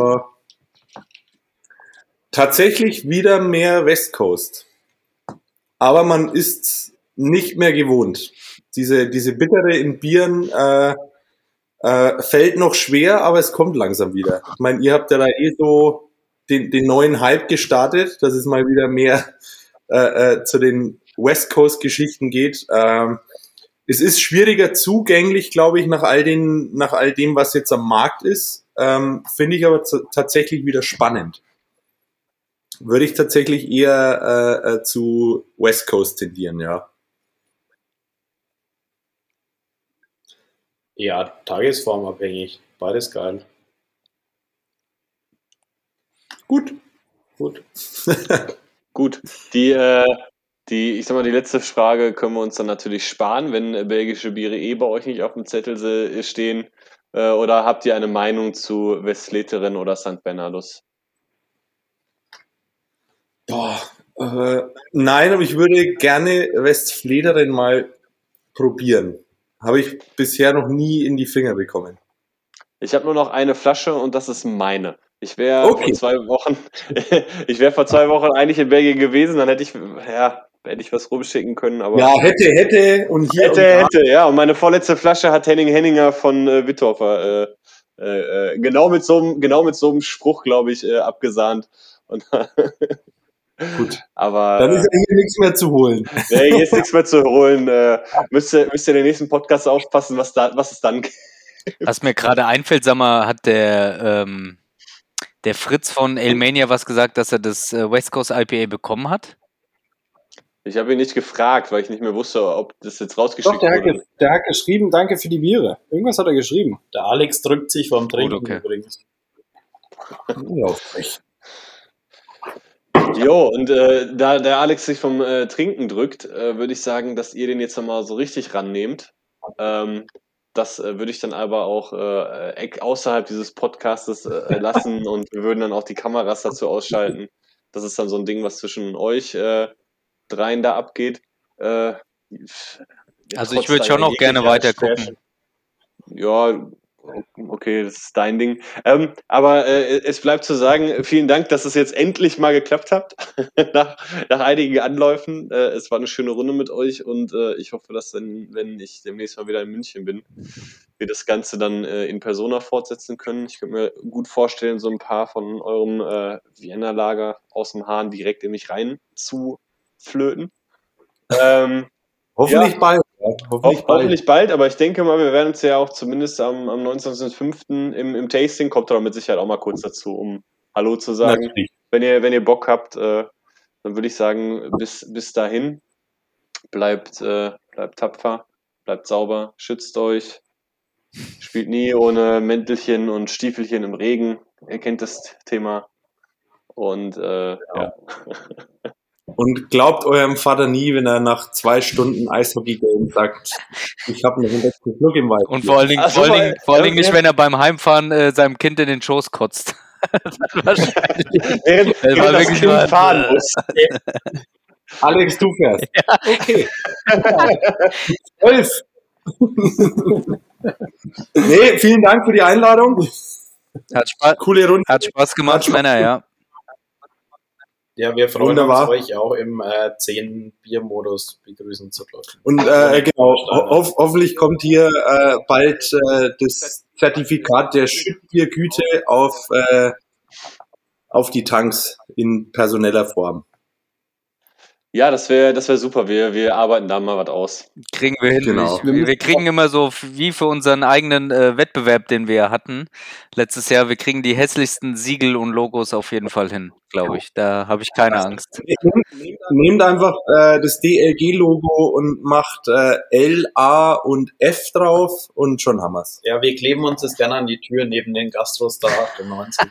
Tatsächlich wieder mehr West Coast. Aber man ist nicht mehr gewohnt. Diese Bittere in Bieren fällt noch schwer, aber es kommt langsam wieder. Ich meine, ihr habt ja da so den neuen Hype gestartet, dass es mal wieder mehr zu den West Coast Geschichten geht. Es ist schwieriger zugänglich, glaube ich, nach all dem, was jetzt am Markt ist. Finde ich aber tatsächlich wieder spannend. Würde ich tatsächlich eher zu West Coast tendieren, ja. Ja, tagesformabhängig. Beides geil. Gut. Gut, ich sag mal, die letzte Frage können wir uns dann natürlich sparen, wenn belgische Biere bei euch nicht auf dem Zettel stehen. Oder habt ihr eine Meinung zu Westvleteren oder St. Bernardus? Nein, aber ich würde gerne Westvleteren mal probieren. Habe ich bisher noch nie in die Finger bekommen. Ich habe nur noch eine Flasche und das ist meine. Ich wäre Okay. vor 2 Wochen eigentlich in Belgien gewesen, dann hätte ich was rumschicken können, aber Ja, hätte und hier hätte, ja. Und meine vorletzte Flasche hat Henning Henninger von Wittorfer genau mit so einem Spruch, glaube ich, abgesahnt. Und Gut. aber Dann ist ja hier nichts mehr zu holen. nee, hier ist nichts mehr zu holen. Müsst ihr den nächsten Podcast aufpassen, was es dann gibt. Was mir gerade einfällt, sag mal, hat der Fritz von Alemania was gesagt, dass er das West Coast IPA bekommen hat? Ich habe ihn nicht gefragt, weil ich nicht mehr wusste, ob das jetzt Doch, rausgeschickt der wurde. hat geschrieben, danke für die Biere. Irgendwas hat er geschrieben. Der Alex drückt sich vom Trinken okay. übrigens. Ja, frech. Jo, und da der Alex sich vom Trinken drückt, würde ich sagen, dass ihr den jetzt nochmal so richtig rannehmt. Das würde ich dann aber auch außerhalb dieses Podcastes lassen und wir würden dann auch die Kameras dazu ausschalten. Das ist dann so ein Ding, was zwischen euch dreien da abgeht. Also ich würde schon noch gerne weiter gucken. Ja, okay, das ist dein Ding. Aber es bleibt zu sagen, vielen Dank, dass es jetzt endlich mal geklappt hat, nach einigen Anläufen. Es war eine schöne Runde mit euch und ich hoffe, dass dann, wenn ich demnächst mal wieder in München bin, wir das Ganze dann in Persona fortsetzen können. Ich könnte mir gut vorstellen, so ein paar von eurem Vienna-Lager aus dem Hahn direkt in mich rein zu flöten. Hoffentlich bald. Ja. Hoffentlich bald, aber ich denke mal, wir werden uns ja auch zumindest am 19.05. im Tasting, kommt doch mit Sicherheit auch mal kurz dazu, um Hallo zu sagen. Natürlich. Wenn ihr Bock habt, dann würde ich sagen, bis dahin, bleibt tapfer, bleibt sauber, schützt euch, spielt nie ohne Mäntelchen und Stiefelchen im Regen, ihr kennt das Thema und ja. Und glaubt eurem Vater nie, wenn er nach 2 Stunden Eishockey-Game sagt, ich habe einen letzten Schluck im Wald. Und vor allen Dingen nicht, wenn er beim Heimfahren seinem Kind in den Schoß kotzt. Wahrscheinlich. Während Das war das wirklich Kind mal- fahren muss. Alex, du fährst. Okay. 12. Nee, vielen Dank für die Einladung. Coole Runde. Hat Spaß gemacht, Männer, ja. Ja, wir freuen Wunderbar. uns, euch auch im 10-Bier-Modus begrüßen zu dürfen. Und genau, hoffentlich kommt hier bald das Zertifikat der Schüttbiergüte auf die Tanks in personeller Form. Ja, das wär super. Wir arbeiten da mal was aus. Kriegen wir hin. Genau. Wir kriegen immer so wie für unseren eigenen Wettbewerb, den wir hatten letztes Jahr, wir kriegen die hässlichsten Siegel und Logos auf jeden Fall hin, glaube ich. Da habe ich keine Angst. Nehmt einfach das DLG-Logo und macht L, A und F drauf und schon haben wir's. Ja, wir kleben uns das gerne an die Tür neben den Gastrostar 98.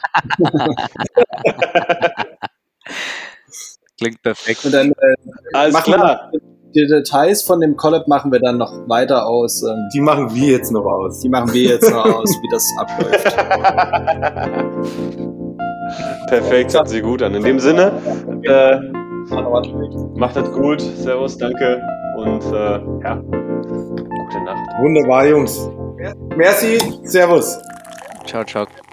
Klingt perfekt. Und dann Alles machen wir klar. die Details von dem Collab machen wir dann noch weiter aus. Die machen wir jetzt noch aus. Die machen wir jetzt noch aus, wie das abläuft. Perfekt, hört sich gut an. In dem Sinne, macht das gut. Servus, danke und ja, gute Nacht. Wunderbar, Jungs. Merci, Servus. Ciao, ciao.